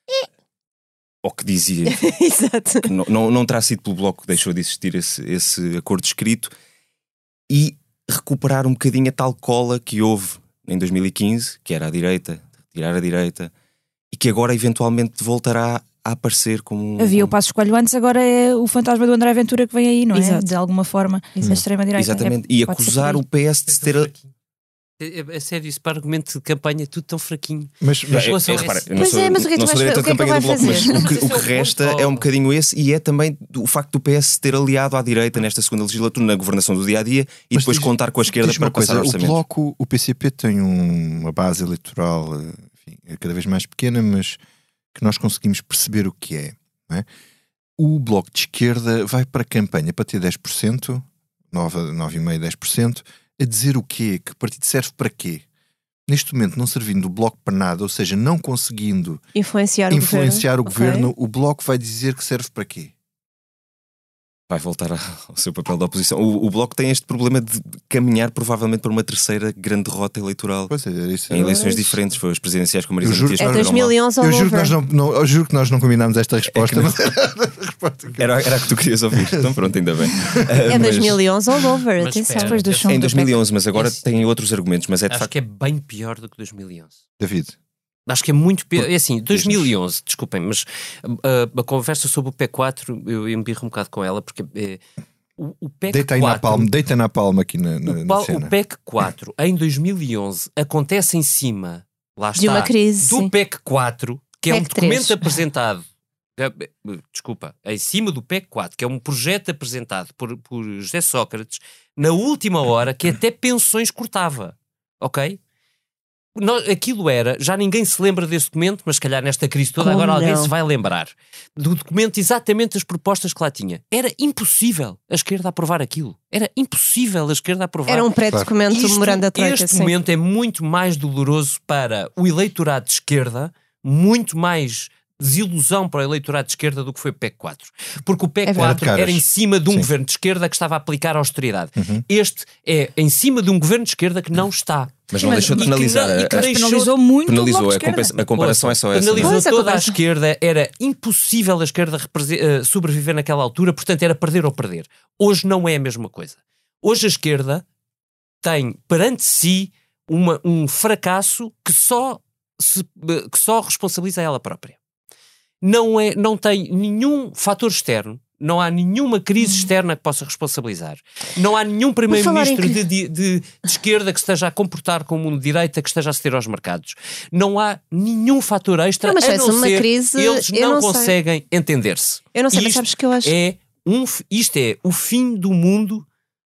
Ou que dizia Exato. que não terá sido pelo Bloco que deixou de existir esse acordo escrito, e recuperar um bocadinho a tal cola que houve em 2015, que era a direita, retirar a direita, e que agora eventualmente voltará a aparecer como... Havia o Passos Coelho antes, agora é o fantasma do André Ventura que vem aí, não é? Exato. De alguma forma, da extrema-direita. Exatamente, e acusar o PS de ter... É sério, isso para argumento de campanha é tudo tão fraquinho. Mas mas o que é que vai fazer? Mas o que resta é um bocadinho esse, e é também o facto do PS ter aliado à direita nesta segunda legislatura na governação do dia-a-dia e depois contar com a esquerda para passar orçamento. O Bloco, o PCP tem uma base eleitoral, enfim, cada vez mais pequena, mas que nós conseguimos perceber o que é, não é? O Bloco de Esquerda vai para a campanha para ter 10%, 9,5%, 10%, a dizer o quê? Que partido serve para quê? Neste momento não servindo o Bloco para nada, ou seja, não conseguindo influenciar o governo, o Bloco vai dizer que serve para quê? Vai voltar ao seu papel da oposição. O Bloco tem este problema de caminhar provavelmente para uma terceira grande derrota eleitoral. Pois é, isso em eleições diferentes. Foi as presidenciais com Marisa Matias. É 2011 ou eu juro que nós não combinámos esta resposta. Era a que tu querias ouvir. Então pronto, ainda bem. É 2011 all over. Depois do show. Em 2011, mas agora tem outros argumentos. Mas acho que é bem pior do que 2011. David? Acho que é muito pior. É assim, 2011, desculpem, mas a conversa sobre o PEC4, eu embirro um bocado com ela, porque o PEC4... Deita na palma aqui na cena. O PEC4, em 2011, acontece em cima, lá está, de uma crise, do sim. PEC4, que é um PEC documento 3. apresentado... Desculpa, em cima do PEC4, que é um projeto apresentado por José Sócrates, na última hora, que até pensões cortava. Ok? Aquilo era, já ninguém se lembra desse documento, mas se calhar nesta crise toda agora alguém se vai lembrar do documento, exatamente as propostas que lá tinha. Era impossível a esquerda aprovar aquilo. Era impossível a esquerda aprovar. Era um pré-documento do memorando da Troika. Este momento é muito mais doloroso para o eleitorado de esquerda, muito mais desilusão para o eleitorado de esquerda do que foi o PEC 4. Porque o PEC 4 era em cima de um governo de esquerda que estava a aplicar austeridade. Este é em cima de um governo de esquerda que não está. Mas não deixou de penalizar. Penalizou muito. Penalizou. A comparação é só essa. Penalizou toda a esquerda. Era impossível a esquerda sobreviver naquela altura, portanto era perder ou perder. Hoje não é a mesma coisa. Hoje a esquerda tem perante si um fracasso que só responsabiliza ela própria. Não tem nenhum fator externo, não há nenhuma crise externa que possa responsabilizar. Não há nenhum primeiro-ministro de esquerda que se esteja a comportar como um de direita, que esteja a ceder aos mercados. Não há nenhum fator extra, a não ser crise, eles não conseguem entender-se. Eu não sei, mas sabes que eu acho... Isto é o fim do mundo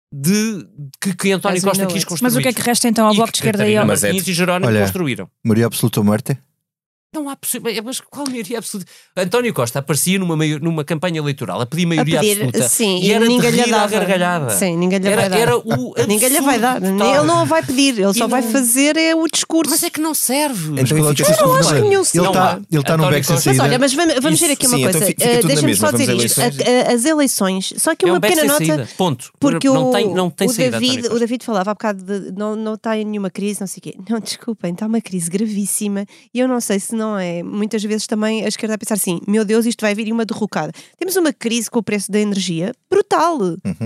que António Costa quis construir. Mas o que é que resta então ao Bloco de Esquerda e ao Martins e Jerónimo construíram? Maioria absoluta ou morte? Não há possibilidade, mas qual maioria absoluta? António Costa aparecia numa campanha eleitoral a pedir maioria absoluta, sim, e era ninguém lhe dava à gargalhada. Sim, ninguém lhe vai dar. Era ninguém lhe vai dar. Ele não a vai pedir, ele só vai fazer o discurso. Mas é que não serve. Então, eu não acho que nenhum ele está num beco sem saída. Mas olha, vamos ver aqui uma coisa. Deixa-me só dizer isto. As eleições, só que uma pequena nota. Ponto. Porque não tem saída, o David falava há bocado de não está em nenhuma crise, não sei o quê. Não, desculpem, está uma crise gravíssima e eu não sei se não é muitas vezes também a esquerda a pensar assim, meu Deus, isto vai vir uma derrocada. Temos uma crise com o preço da energia brutal.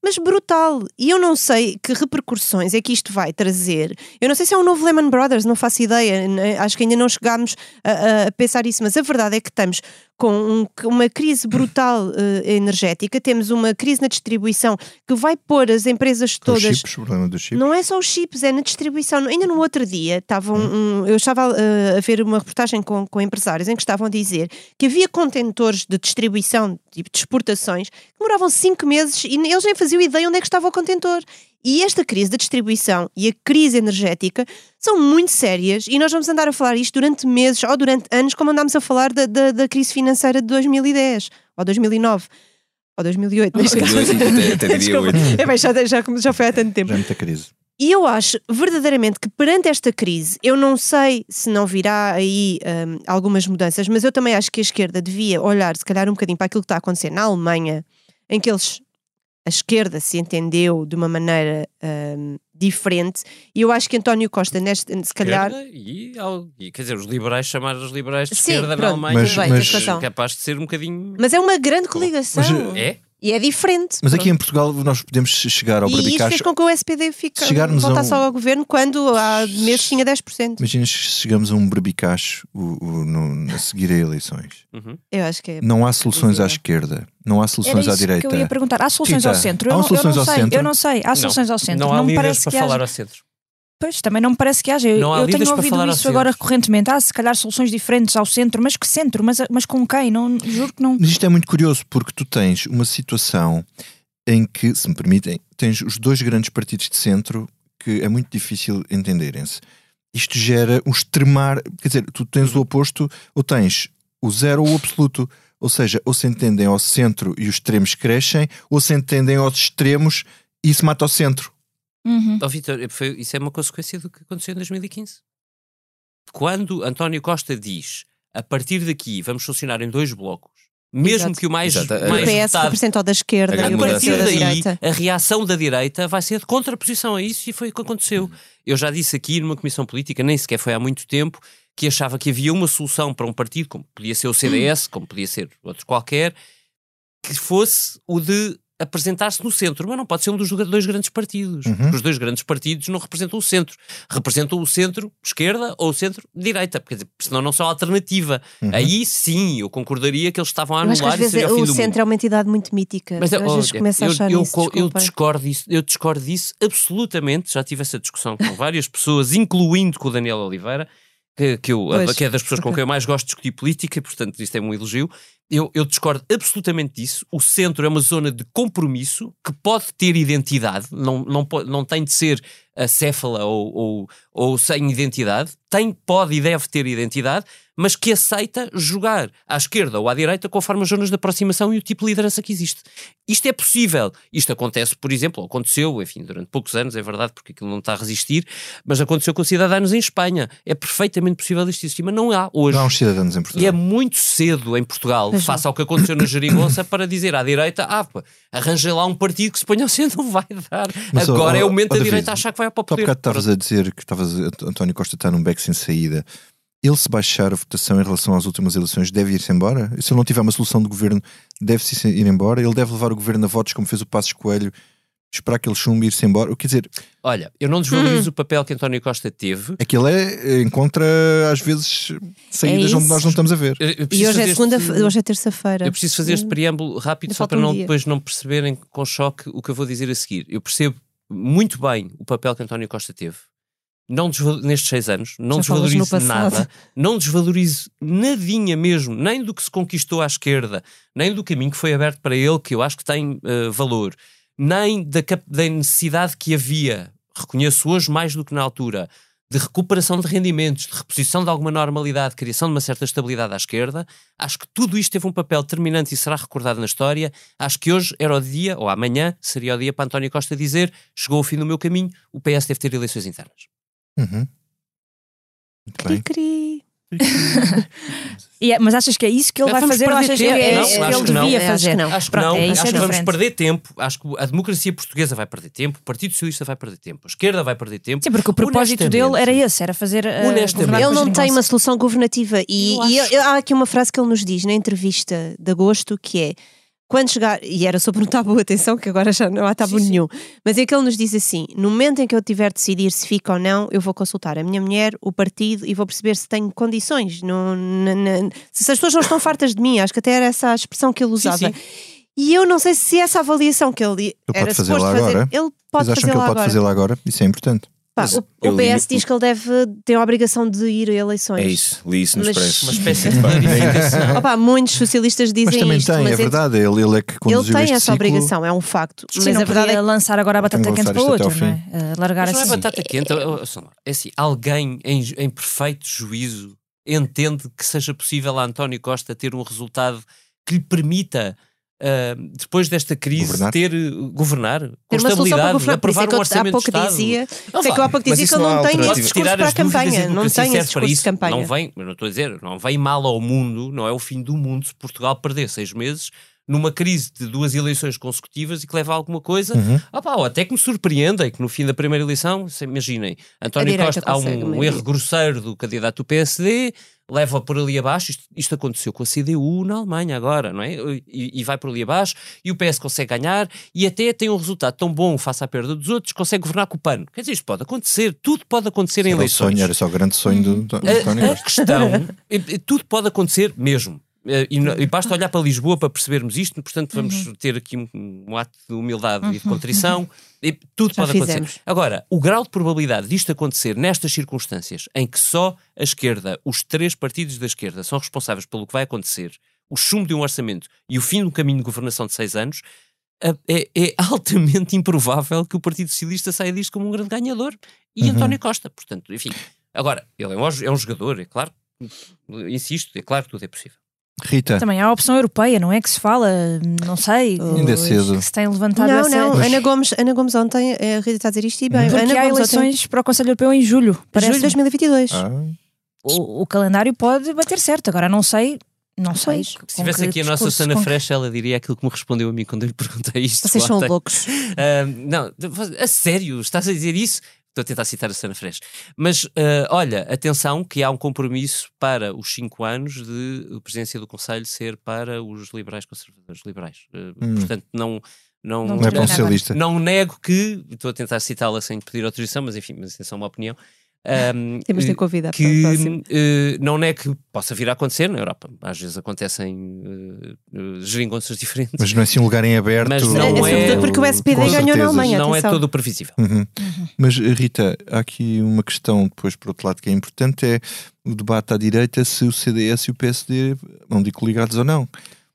mas brutal. E eu não sei que repercussões é que isto vai trazer. Eu não sei se é um novo Lehman Brothers, não faço ideia. Acho que ainda não chegámos a pensar isso, mas a verdade é que estamos com uma crise brutal energética, temos uma crise na distribuição que vai pôr as empresas todas... Os chips, o problema dos chips. Não é só os chips, é na distribuição. Ainda no outro dia, eu estava a ver uma reportagem com empresários em que estavam a dizer que havia contentores de distribuição, tipo de exportações, que demoravam 5 meses e eles nem faziam ideia onde é que estava o contentor. E esta crise da distribuição e a crise energética são muito sérias e nós vamos andar a falar isto durante meses ou durante anos, como andámos a falar da crise financeira de 2010 ou 2009 ou 2008. Neste caso. Até diria 8. Já foi há tanto tempo. Já é muita crise. E eu acho verdadeiramente que perante esta crise, eu não sei se não virá aí algumas mudanças, mas eu também acho que a esquerda devia olhar se calhar um bocadinho para aquilo que está a acontecer na Alemanha, em que a esquerda se entendeu de uma maneira diferente, e eu acho que António Costa, se calhar... E quer dizer, os liberais, chamar os liberais de Sim, esquerda pronto, na Alemanha, mas é capaz de ser um bocadinho... Mas é uma grande coligação. É? E é diferente. Mas aqui em Portugal nós podemos chegar ao E isto barbicacho. fez com que o SPD voltasse ao governo quando há meses tinha 10%. Imagina se chegamos a um barbicacho a seguir a eleições. Eu acho que é. Não há soluções à esquerda, não há soluções à direita. Que eu ia perguntar. Há soluções Tita, ao centro? há soluções ao centro? Eu não sei. Há soluções ao centro. Não há me líderes parece para que falar haja. ao centro. Pois, também não me parece que haja. Não há Eu líderes tenho para ouvido falar ao isso agora centro. recorrentemente. Se calhar soluções diferentes ao centro. Mas que centro? Mas com quem? Não, juro que não. Mas isto é muito curioso porque tu tens uma situação em que, se me permitem, tens os dois grandes partidos de centro que é muito difícil entenderem-se. Isto gera um extremar, quer dizer, tu tens o oposto, ou tens o zero ou o absoluto, ou seja, ou se entendem ao centro e os extremos crescem, ou se entendem aos extremos e isso mata o centro. Vítor, isso é uma consequência do que aconteceu em 2015. Quando António Costa diz, a partir daqui vamos funcionar em 2 blocos, mesmo que o mais O PS representa o da esquerda e o a partir partido da daí, direita. a reação da direita vai ser de contraposição a isso, e foi o que aconteceu. Eu já disse aqui numa comissão política, nem sequer foi há muito tempo, que achava que havia uma solução para um partido, como podia ser o CDS, como podia ser outro qualquer, que fosse o de apresentar-se no centro, mas não pode ser um dos 2 grandes partidos, porque os 2 grandes partidos não representam o centro, representam o centro-esquerda ou o centro-direita, porque senão não são alternativa. Aí sim, eu concordaria que eles estavam a Eu acho que anular às vezes e seria o fim o do centro mundo. é uma entidade muito mítica. Mas Às vezes começo a achar isso. Eu discordo disso absolutamente. Já tive essa discussão com várias pessoas, incluindo com o Daniel Oliveira, que é das pessoas com quem eu mais gosto de discutir política, portanto isto é um elogio. Eu discordo absolutamente disso. O centro é uma zona de compromisso que pode ter identidade, não tem de ser acéfala ou sem identidade, pode e deve ter identidade, mas que aceita jogar à esquerda ou à direita conforme as zonas de aproximação e o tipo de liderança que existe. Isto é possível. Isto acontece, por exemplo, aconteceu, enfim, durante poucos anos, é verdade, porque aquilo não está a resistir, mas aconteceu com Cidadanos em Espanha. É perfeitamente possível isto existir, mas não há hoje. Não há uns Cidadanos em Portugal. E é muito cedo em Portugal, face ao que aconteceu na Geringonça, para dizer à direita, arranjei lá um partido que se ponha ao centro, não vai dar. Mas, agora é o momento da David, direita achar que vai para o há poder. bocado estavas a dizer que António Costa está num beco sem saída. Ele, se baixar a votação em relação às últimas eleições, deve ir-se embora? Se ele não tiver uma solução de governo, deve-se ir embora? Ele deve levar o governo a votos, como fez o Passos Coelho, esperar que ele chumbe e ir-se embora? Quer dizer... Olha, eu não desvalorizo o papel que António Costa teve. É que ele encontra, às vezes, saídas onde nós não estamos a ver. E hoje é terça-feira. Eu preciso fazer este preâmbulo rápido, só para depois não perceberem com choque o que eu vou dizer a seguir. Eu percebo muito bem o papel que António Costa teve. Nestes 6 anos, não desvalorizo nada, não desvalorizo nadinha mesmo, nem do que se conquistou à esquerda, nem do caminho que foi aberto para ele, que eu acho que tem valor, nem da necessidade que havia, reconheço hoje mais do que na altura, de recuperação de rendimentos, de reposição de alguma normalidade, de criação de uma certa estabilidade à esquerda. Acho que tudo isto teve um papel determinante e será recordado na história. Acho que hoje era o dia, ou amanhã seria o dia para António Costa dizer: chegou ao fim do meu caminho, o PS deve ter eleições internas. Muito bem. Cri-cri. Mas achas que é isso que ele vai fazer ou achas que é isso que ele devia fazer? Acho que vamos perder tempo. Acho que a democracia portuguesa vai perder tempo, o Partido Socialista vai perder tempo, a esquerda vai perder tempo. Sim, porque o propósito dele era esse, era fazer ele não tem uma solução governativa e há aqui uma frase que ele nos diz na entrevista de agosto, que é: quando chegar, e era sobre um tabu, atenção que agora já não há tabu nenhum, mas é que ele nos diz assim, no momento em que eu tiver de decidir se fica ou não, eu vou consultar a minha mulher, o partido, e vou perceber se tenho condições, se as pessoas não estão fartas de mim, acho que até era essa a expressão que ele usava. E eu não sei se essa avaliação que ele era suposto fazer, ele pode Vocês acham que ele pode fazê-la agora? Isso é importante. O PS diz que ele tem a obrigação de ir a eleições. É isso, li isso nos Expresso. Uma espécie de clarificação. Muitos socialistas dizem mas também isto. Tem, é verdade, ele é que conduziu ele tem essa ciclo. obrigação, é um facto. Mas a verdade é lançar agora a batata quente para o outro, não é? Largar mas assim. Não é batata quente, é assim, alguém em perfeito juízo entende que seja possível a António Costa ter um resultado que lhe permita depois desta crise governar com estabilidade, aprovar um orçamento de Estado. Que há pouco dizia que ele não tem esse discurso para a campanha, não tem esse discurso de campanha. Não estou a dizer, não vem mal ao mundo, não é o fim do mundo se Portugal perder 6 meses numa crise de 2 eleições consecutivas e que leva a alguma coisa, ou até que me surpreenda e que no fim da primeira eleição, imaginem, António Costa, há um erro grosseiro do candidato do PSD, leva por ali abaixo, isto aconteceu com a CDU na Alemanha agora, não é? E vai por ali abaixo, e o PS consegue ganhar, e até tem um resultado tão bom face à perda dos outros, consegue governar com o pano. Quer dizer, isto pode acontecer, tudo pode acontecer em eleições. Era só o grande sonho do António Costa. A questão, tudo pode acontecer mesmo. E basta olhar para Lisboa para percebermos isto, portanto vamos ter aqui um ato de humildade e de contrição, e tudo pode acontecer. Agora, o grau de probabilidade disto acontecer nestas circunstâncias, em que só a esquerda, os 3 partidos da esquerda são responsáveis pelo que vai acontecer, o chumbo de um orçamento e o fim de um caminho de governação de 6 anos, é altamente improvável que o Partido Socialista saia disto como um grande ganhador, e António Costa, portanto, enfim. Agora, ele é um jogador, é claro, insisto, é claro que tudo é possível. Rita. Também há a opção europeia, não é que se fala, não sei, ainda é cedo. Que se tem levantado Não, Ana Gomes ontem, a Rita está a dizer isto e bem. Porque há eleições para o Conselho Europeu em julho. Julho de 2022. O calendário pode bater certo, agora não sei. Se estivesse aqui a nossa Sana Fresh, ela diria aquilo que me respondeu a mim quando eu lhe perguntei isto. Vocês são loucos. Não, a sério, estás a dizer isso? Estou a tentar citar a Sana Fresh. Mas, olha, atenção que há um compromisso para os 5 anos de presidência do Conselho ser para os liberais conservadores liberais. Portanto, não é para um socialista. Não nego que, estou a tentar citá-la sem pedir autorização, mas enfim, mas é só uma opinião. Temos de convidar para o próximo. Não é que possa vir a acontecer na Europa. Às vezes acontecem geringonças diferentes. Mas não é assim um lugar em aberto. Mas não é porque o SPD ganhou na Alemanha. Não atenção. é todo previsível. Mas Rita, há aqui uma questão depois por outro lado que é importante, é o debate à direita se o CDS e o PSD vão de coligados ou não.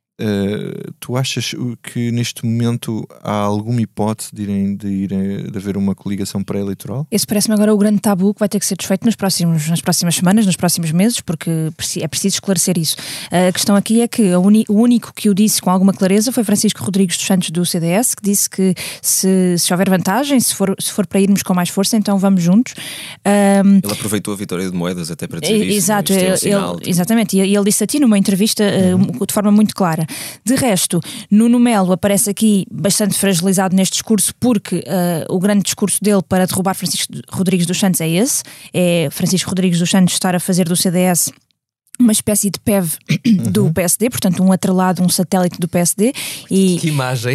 Tu achas que neste momento há alguma hipótese de haver uma coligação pré-eleitoral? Esse parece-me agora o grande tabu que vai ter que ser desfeito nas próximas semanas, nos próximos meses, porque é preciso esclarecer isso. A questão aqui é que o único que o disse com alguma clareza foi Francisco Rodrigues dos Santos do CDS, que disse que se houver vantagem, se for para irmos com mais força, então vamos juntos. Ele aproveitou a vitória de Moedas até para dizer isso. Exato, exatamente, e ele disse a ti numa entrevista de forma muito clara. De resto, Nuno Melo aparece aqui bastante fragilizado neste discurso porque o grande discurso dele para derrubar Francisco Rodrigues dos Santos é esse, é Francisco Rodrigues dos Santos estar a fazer do CDS uma espécie de PEV do PSD, portanto um atrelado, um satélite do PSD. Que imagem!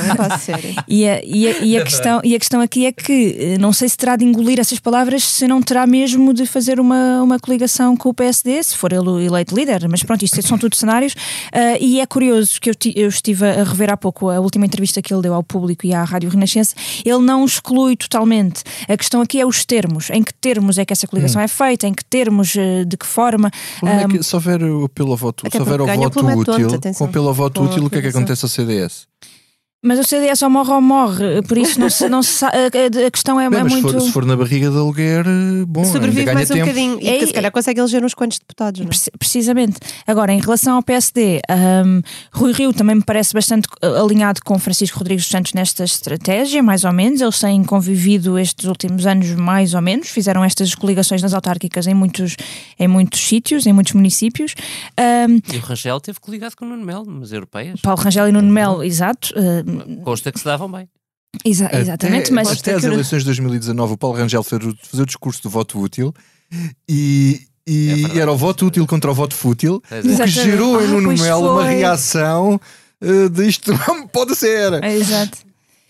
E a questão aqui é que não sei se terá de engolir essas palavras, se não terá mesmo de fazer uma coligação com o PSD, se for ele eleito líder, mas pronto, isto são tudo cenários. E é curioso que eu estive a rever há pouco a última entrevista que ele deu ao Público e à Rádio Renascença. Ele não exclui totalmente. A questão aqui é os termos, em que termos é que essa coligação é feita, em que termos, de que forma. Se houver o apelo ao voto, se houver o voto útil, com o apelo ao voto útil, o que é que acontece ao CDS? Mas o CDS ou morre, por isso não se sabe, a questão é muito... Se for na barriga de aluguer, bom, sobrevive ainda ganha mais tempo. Um bocadinho e se calhar consegue eleger uns quantos deputados, não é? Precisamente. Agora, em relação ao PSD, Rui Rio também me parece bastante alinhado com Francisco Rodrigues dos Santos nesta estratégia, mais ou menos. Eles têm convivido estes últimos anos mais ou menos, fizeram estas coligações nas autárquicas em muitos sítios, em muitos municípios. E o Rangel teve coligado com o Nuno Melo, nas europeias. Paulo Rangel e Nuno Melo, exato. Consta que se davam bem. Exatamente, mas até as eleições de 2019 o Paulo Rangel fez o discurso do voto útil e era o voto útil contra o voto fútil, o que gerou em Nuno Melo uma reação isto não pode ser. Exato.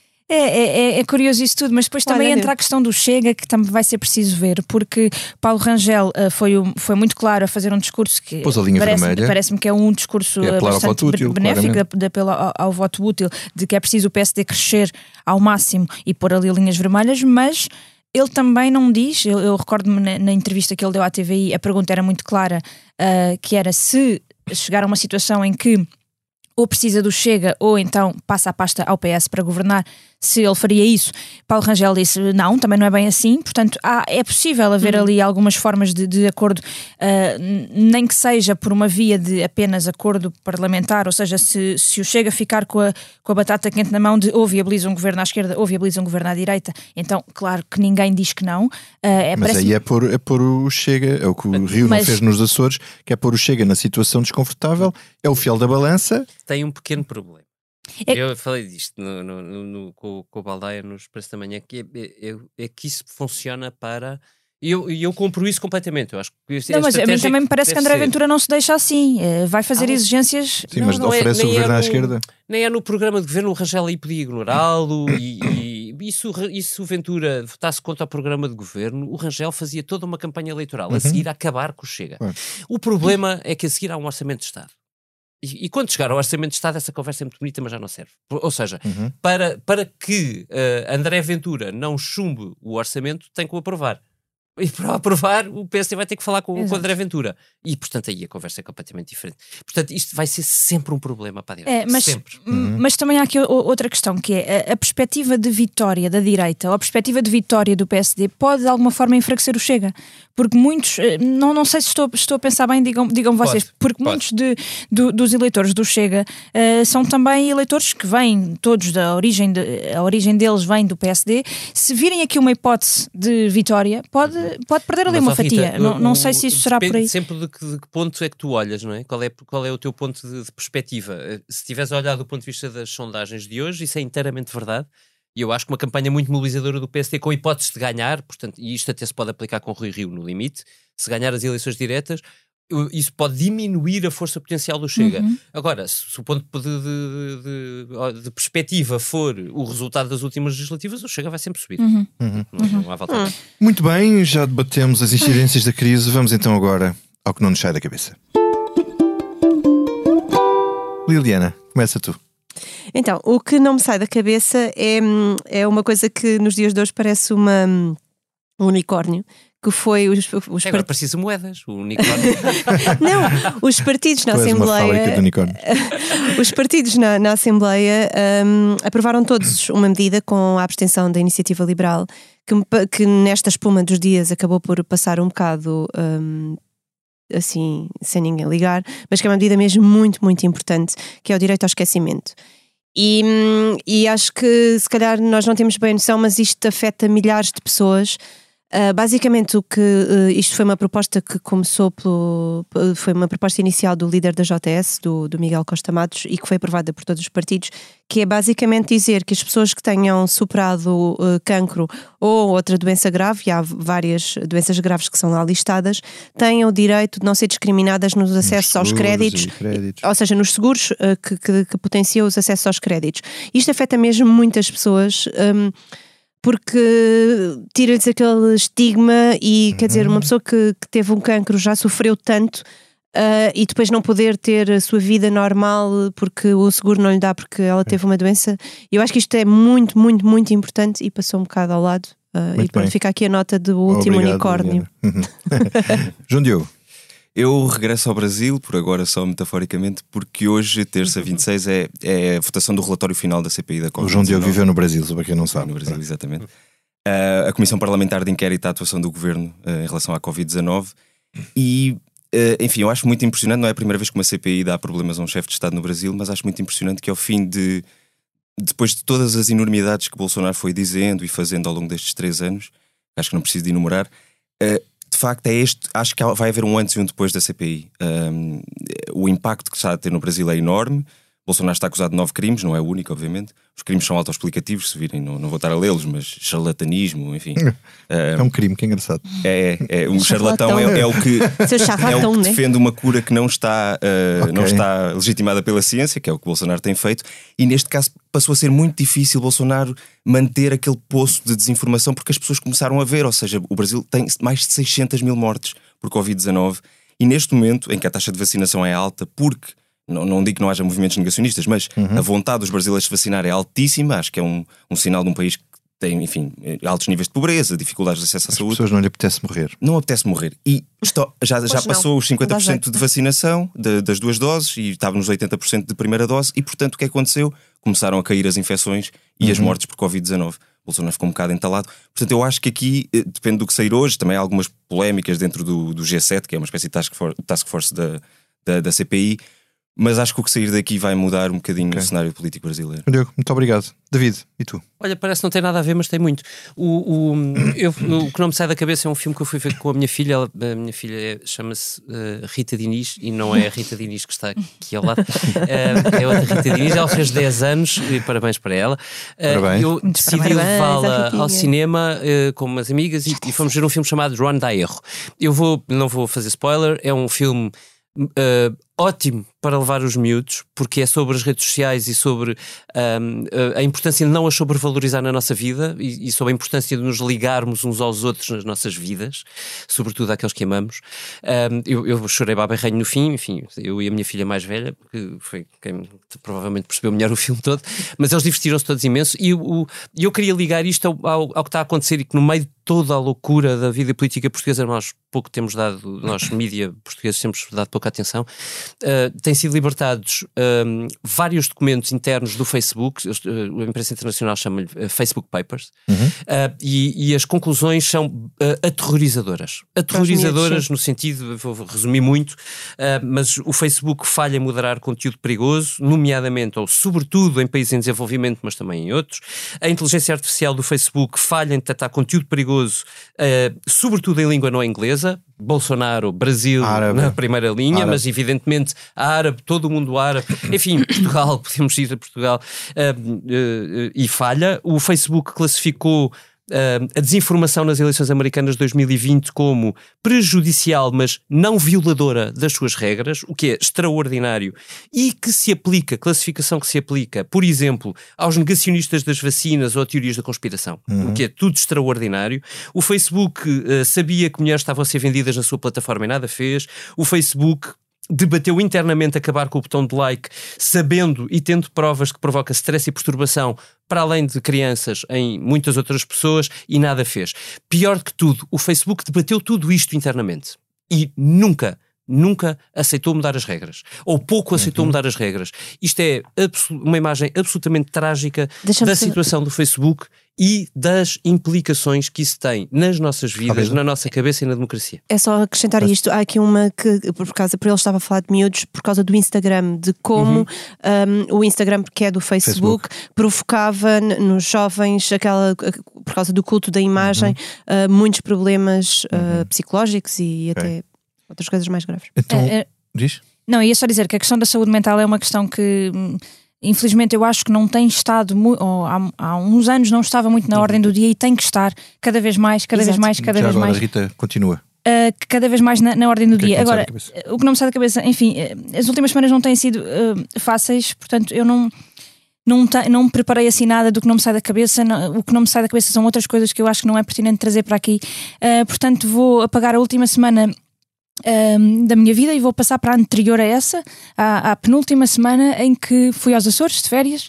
É curioso isso tudo, mas depois também entra a questão do Chega, que também vai ser preciso ver, porque Paulo Rangel foi muito claro a fazer um discurso que parece-me que é um discurso bastante benéfico, de apelo ao voto útil, de que é preciso o PSD crescer ao máximo e pôr ali linhas vermelhas, mas ele também não diz, eu recordo-me na entrevista que ele deu à TVI, a pergunta era muito clara, que era se chegar a uma situação em que ou precisa do Chega, ou então passa a pasta ao PS para governar, se ele faria isso. Paulo Rangel disse, não, também não é bem assim, portanto é possível haver ali algumas formas de acordo, nem que seja por uma via de apenas acordo parlamentar, ou seja, se o Chega ficar com a batata quente na mão de ou viabiliza um governo à esquerda ou viabiliza um governo à direita, então claro que ninguém diz que não. Mas aí é pôr o Chega, é o que o Rio não fez nos Açores, que é pôr o Chega na situação desconfortável, é o fiel da balança. Tem um pequeno problema. Eu falei disto com o Baldaia no Expresso da Manhã, que é que isso funciona para... E eu compro isso completamente. Eu acho que não, mas a mim também me parece que André Ventura não se deixa assim. Vai fazer exigências... Sim, mas não oferece o governo à esquerda. Nem é no programa de governo, o Rangel aí podia ignorá-lo e se o Ventura votasse contra o programa de governo, o Rangel fazia toda uma campanha eleitoral a seguir a acabar com o Chega. O problema é que a seguir há um orçamento de Estado. E quando chegar ao Orçamento de Estado, essa conversa é muito bonita, mas já não serve. Ou seja, para que André Ventura não chumbe o orçamento, tem que o aprovar. E para aprovar, o PSD vai ter que falar com o André Ventura. E, portanto, aí a conversa é completamente diferente. Portanto, isto vai ser sempre um problema para a direita. Sempre. Mas também há aqui outra questão, que é a perspectiva de vitória da direita, ou a perspectiva de vitória do PSD, pode de alguma forma enfraquecer o Chega. Porque muitos, não sei se estou a pensar bem, digam vocês, porque muitos dos eleitores do Chega são também eleitores que vêm todos a origem deles vem do PSD. Se virem aqui uma hipótese de vitória, pode perder ali uma fatia. Rita, não sei se isso será por aí. Sempre de que ponto é que tu olhas, não é? Qual é o teu ponto de perspectiva? Se estiveres a olhar do ponto de vista das sondagens de hoje, isso é inteiramente verdade. E eu acho que uma campanha muito mobilizadora do PSD com hipótese de ganhar, portanto, e isto até se pode aplicar com Rui Rio no limite, se ganhar as eleições diretas, isso pode diminuir a força potencial do Chega. Agora, se o ponto de perspectiva for o resultado das últimas legislativas, o Chega vai sempre subir. Não há volta. Muito bem, já debatemos as incidências da crise, vamos então agora ao que não nos sai da cabeça. Liliana, começa tu. Então, o que não me sai da cabeça é uma coisa que nos dias de hoje parece um unicórnio, que foi os agora precisa moedas, o unicórnio. Não, os partidos na Assembleia. Os partidos na Assembleia aprovaram todos uma medida com a abstenção da Iniciativa Liberal, que nesta espuma dos dias acabou por passar um bocado assim, sem ninguém ligar, mas que é uma medida mesmo muito, muito importante, que é o direito ao esquecimento. E acho que se calhar nós não temos bem noção, mas isto afeta milhares de pessoas. Basicamente isto foi uma proposta que começou foi uma proposta inicial do líder da JS, do Miguel Costa Matos, e que foi aprovada por todos os partidos, que é basicamente dizer que as pessoas que tenham superado cancro ou outra doença grave, e há várias doenças graves que são lá listadas, têm o direito de não ser discriminadas nos acessos aos créditos, ou seja, nos seguros que potenciam os acessos aos créditos. Isto afeta mesmo muitas pessoas, porque tira-lhes aquele estigma e, quer dizer, uma pessoa que teve um cancro já sofreu tanto e depois não poder ter a sua vida normal porque o seguro não lhe dá porque ela teve uma doença. Eu acho que isto é muito, muito, muito importante e passou um bocado ao lado. E pronto, fica aqui a nota do último unicórnio. João Diogo. Eu regresso ao Brasil, por agora só metaforicamente, porque hoje, terça 26, é a votação do relatório final da CPI da Covid-19. O João Diogo viveu no Brasil, para quem não sabe. No Brasil, exatamente. A Comissão Parlamentar de Inquérito à Atuação do Governo em relação à Covid-19 e, enfim, eu acho muito impressionante, não é a primeira vez que uma CPI dá problemas a um chefe de Estado no Brasil, mas acho muito impressionante que ao fim depois de todas as enormidades que Bolsonaro foi dizendo e fazendo ao longo destes 3 anos, acho que não preciso de enumerar, de facto acho que vai haver um antes e um depois da CPI. O impacto que está a ter no Brasil é enorme. Bolsonaro está acusado de 9 crimes, não é o único, obviamente. Os crimes são autoexplicativos, se virem, não vou estar a lê-los, mas charlatanismo, enfim. É um crime, que engraçado. Um charlatão é o que defende uma cura que não está legitimada pela ciência, que é o que Bolsonaro tem feito, e neste caso passou a ser muito difícil Bolsonaro manter aquele poço de desinformação, porque as pessoas começaram a ver, ou seja, o Brasil tem mais de 600 mil mortes por Covid-19, e neste momento, em que a taxa de vacinação é alta, porque não digo que não haja movimentos negacionistas, mas a vontade dos brasileiros de vacinar é altíssima. Acho que é um sinal de um país que tem, enfim, altos níveis de pobreza, dificuldades de acesso à saúde. As pessoas não lhe apetece morrer. Não apetece morrer. E já passou os 50% de vacinação das 2 doses e estava nos 80% de primeira dose e, portanto, o que aconteceu? Começaram a cair as infecções e as mortes por Covid-19. Bolsonaro ficou um bocado entalado. Portanto, eu acho que aqui, depende do que sair hoje, também há algumas polémicas dentro do G7, que é uma espécie de task force da CPI, mas acho que o que sair daqui vai mudar um bocadinho o cenário político brasileiro. Diogo, muito obrigado. David, e tu? Olha, parece que não tem nada a ver, mas tem muito. O que não me sai da cabeça é um filme que eu fui ver com a minha filha. A minha filha chama-se Rita Diniz, e não é a Rita Diniz que está aqui ao lado. É outra Rita Diniz. Ela fez 10 anos, e parabéns para ela. Eu decidi levá-la ao cinema com umas amigas e fomos ver um filme chamado Joan da Erro. Não vou fazer spoiler, é um filme ótimo para levar os miúdos, porque é sobre as redes sociais e sobre a importância de não as sobrevalorizar na nossa vida e sobre a importância de nos ligarmos uns aos outros nas nossas vidas, sobretudo àqueles que amamos. Eu chorei baba e ranho no fim, enfim, eu e a minha filha mais velha, que foi quem provavelmente percebeu melhor o filme todo, mas eles divertiram-se todos imenso e eu queria ligar isto ao que está a acontecer e que no meio de toda a loucura da vida política portuguesa nós mídia portugueses temos dado pouca atenção. Têm sido libertados vários documentos internos do Facebook, a imprensa internacional chama-lhe Facebook Papers, e as conclusões são aterrorizadoras. Aterrorizadoras no sentido, vou resumir muito, mas o Facebook falha em moderar conteúdo perigoso, nomeadamente ou sobretudo em países em desenvolvimento, mas também em outros. A inteligência artificial do Facebook falha em detectar conteúdo perigoso, sobretudo em língua não inglesa. Bolsonaro, Brasil, árabe, na primeira linha, mas evidentemente árabe, todo o mundo árabe, enfim, Portugal, podemos ir a Portugal, e falha. O Facebook classificou a desinformação nas eleições americanas de 2020 como prejudicial, mas não violadora das suas regras, o que é extraordinário e que se aplica, classificação que se aplica, por exemplo, aos negacionistas das vacinas ou a teorias da conspiração, o que é tudo extraordinário. O Facebook sabia que mulheres estavam a ser vendidas na sua plataforma e nada fez. O Facebook debateu internamente acabar com o botão de like, sabendo e tendo provas que provoca stress e perturbação para além de crianças em muitas outras pessoas, e nada fez. Pior do que tudo, o Facebook debateu tudo isto internamente e nunca aceitou mudar as regras, ou pouco aceitou mudar as regras. Isto é uma imagem absolutamente trágica da situação do Facebook e das implicações que isso tem nas nossas vidas, na nossa cabeça e na democracia. É só acrescentar isto, há aqui uma que, por ele estava a falar de miúdos, por causa do Instagram, de como o Instagram, que é do Facebook, provocava nos jovens, por causa do culto da imagem, muitos problemas psicológicos e até outras coisas mais graves. Então, diz? Não, ia só dizer que a questão da saúde mental é uma questão que, infelizmente, eu acho que não tem estado, ou há uns anos não estava muito na ordem do dia, e tem que estar cada vez mais, cada vez mais. Rita, continua. Cada vez mais na ordem do dia. Agora, o que não me sai da cabeça, enfim, as últimas semanas não têm sido fáceis, portanto, eu não me preparei assim nada do que não me sai da cabeça. O que não me sai da cabeça são outras coisas que eu acho que não é pertinente trazer para aqui. Portanto, vou apagar a última semana da minha vida e vou passar para a anterior a essa, à penúltima semana em que fui aos Açores de férias,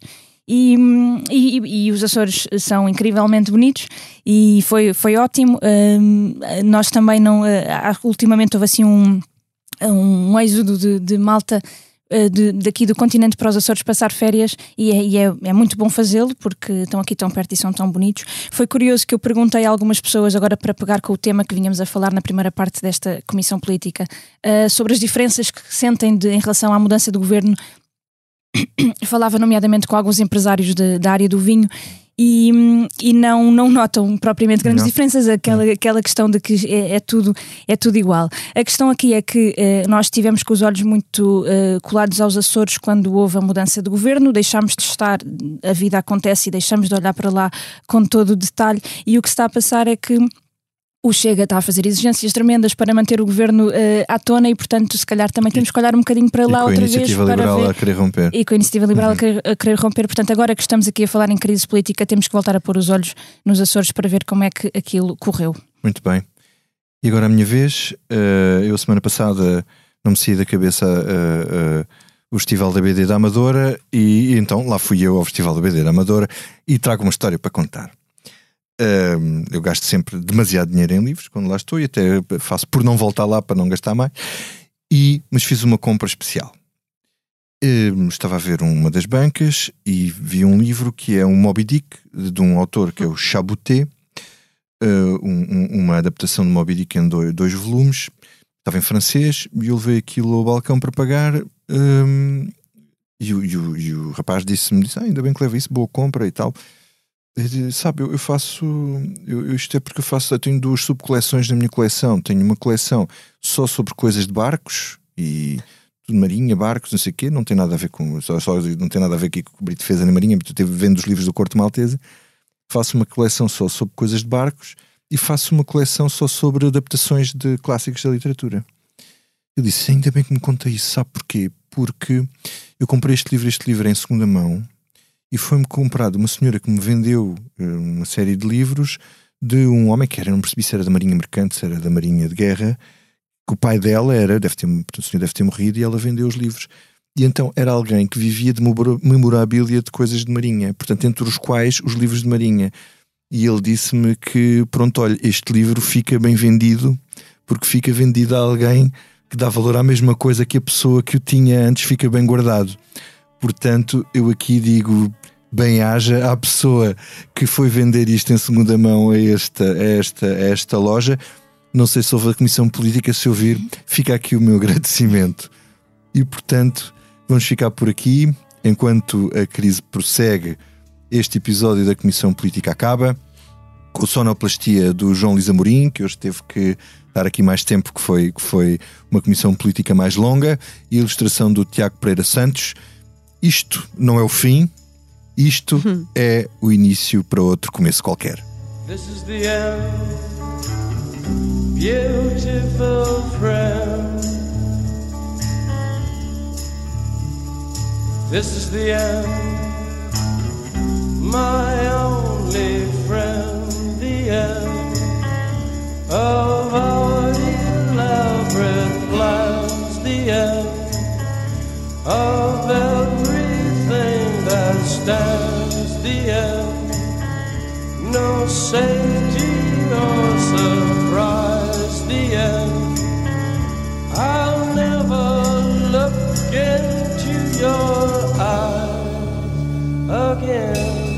e os Açores são incrivelmente bonitos e foi ótimo. Nós também ultimamente houve assim um êxodo de malta daqui do continente para os Açores passar férias, e é muito bom fazê-lo porque estão aqui tão perto e são tão bonitos. Foi curioso que eu perguntei a algumas pessoas, agora para pegar com o tema que vinhamos a falar na primeira parte desta comissão política, sobre as diferenças que sentem em relação à mudança do governo. Falava nomeadamente com alguns empresários da área do vinho, e não notam propriamente grandes diferenças, aquela questão de que é tudo igual. A questão aqui é que nós estivemos com os olhos muito colados aos Açores quando houve a mudança de governo, deixámos de estar, a vida acontece e deixamos de olhar para lá com todo o detalhe, e o que se está a passar é que o Chega está a fazer exigências tremendas para manter o governo à tona e, portanto, se calhar também temos que olhar um bocadinho para lá outra vez. E com a Iniciativa Liberal a querer romper. E com a Iniciativa Liberal a querer romper. Portanto, agora que estamos aqui a falar em crise política, temos que voltar a pôr os olhos nos Açores para ver como é que aquilo correu. Muito bem. E agora a minha vez. Eu, semana passada, não me saí da cabeça o Festival da BD da Amadora e então lá fui eu ao Festival da BD da Amadora e trago uma história para contar. Eu gasto sempre demasiado dinheiro em livros quando lá estou e até faço por não voltar lá para não gastar mais, mas fiz uma compra especial. Estava a ver uma das bancas e vi um livro que é um Moby Dick de um autor que é o Chaboté, uma adaptação de Moby Dick em 2 volumes. Estava em francês e eu levei aquilo ao balcão para pagar e o rapaz disse-me ainda bem que leva isso, boa compra e tal. Sabe, eu faço isto é porque eu tenho 2 subcoleções na minha coleção. Tenho uma coleção só sobre coisas de barcos e tudo marinha, barcos, não sei o quê, não tem nada a ver com não tem nada a ver aqui com Brito Defesa nem marinha, eu vendo os livros do Corte Maltese. Faço uma coleção só sobre coisas de barcos e faço uma coleção só sobre adaptações de clássicos da literatura. Eu disse, ainda bem que me conta isso, sabe porquê? Porque eu comprei este livro em segunda mão e foi-me comprado uma senhora que me vendeu uma série de livros de um homem que não percebi se era da Marinha Mercante, se era da Marinha de Guerra, que o pai dela o senhor deve ter morrido e ela vendeu os livros. E então era alguém que vivia de memorabilia de coisas de marinha, portanto entre os quais os livros de marinha. E ele disse-me que, pronto, olha, este livro fica bem vendido porque fica vendido a alguém que dá valor à mesma coisa que a pessoa que o tinha antes, fica bem guardado. Portanto, eu aqui digo, bem-haja à pessoa que foi vender isto em segunda mão a esta loja. Não sei se houve a Comissão Política, se ouvir, fica aqui o meu agradecimento. E, portanto, vamos ficar por aqui. Enquanto a crise prossegue, este episódio da Comissão Política acaba com a sonoplastia do João Luís Amorim, que hoje teve que dar aqui mais tempo, que foi uma Comissão Política mais longa, e a ilustração do Tiago Pereira Santos. Isto não é o fim, isto é o início para outro começo qualquer. This is the end, beautiful friend. This is the end, my only friend, the end of our elaborate plans, the end of everything that stands, the end, no safety or surprise, the end, I'll never look into your eyes again.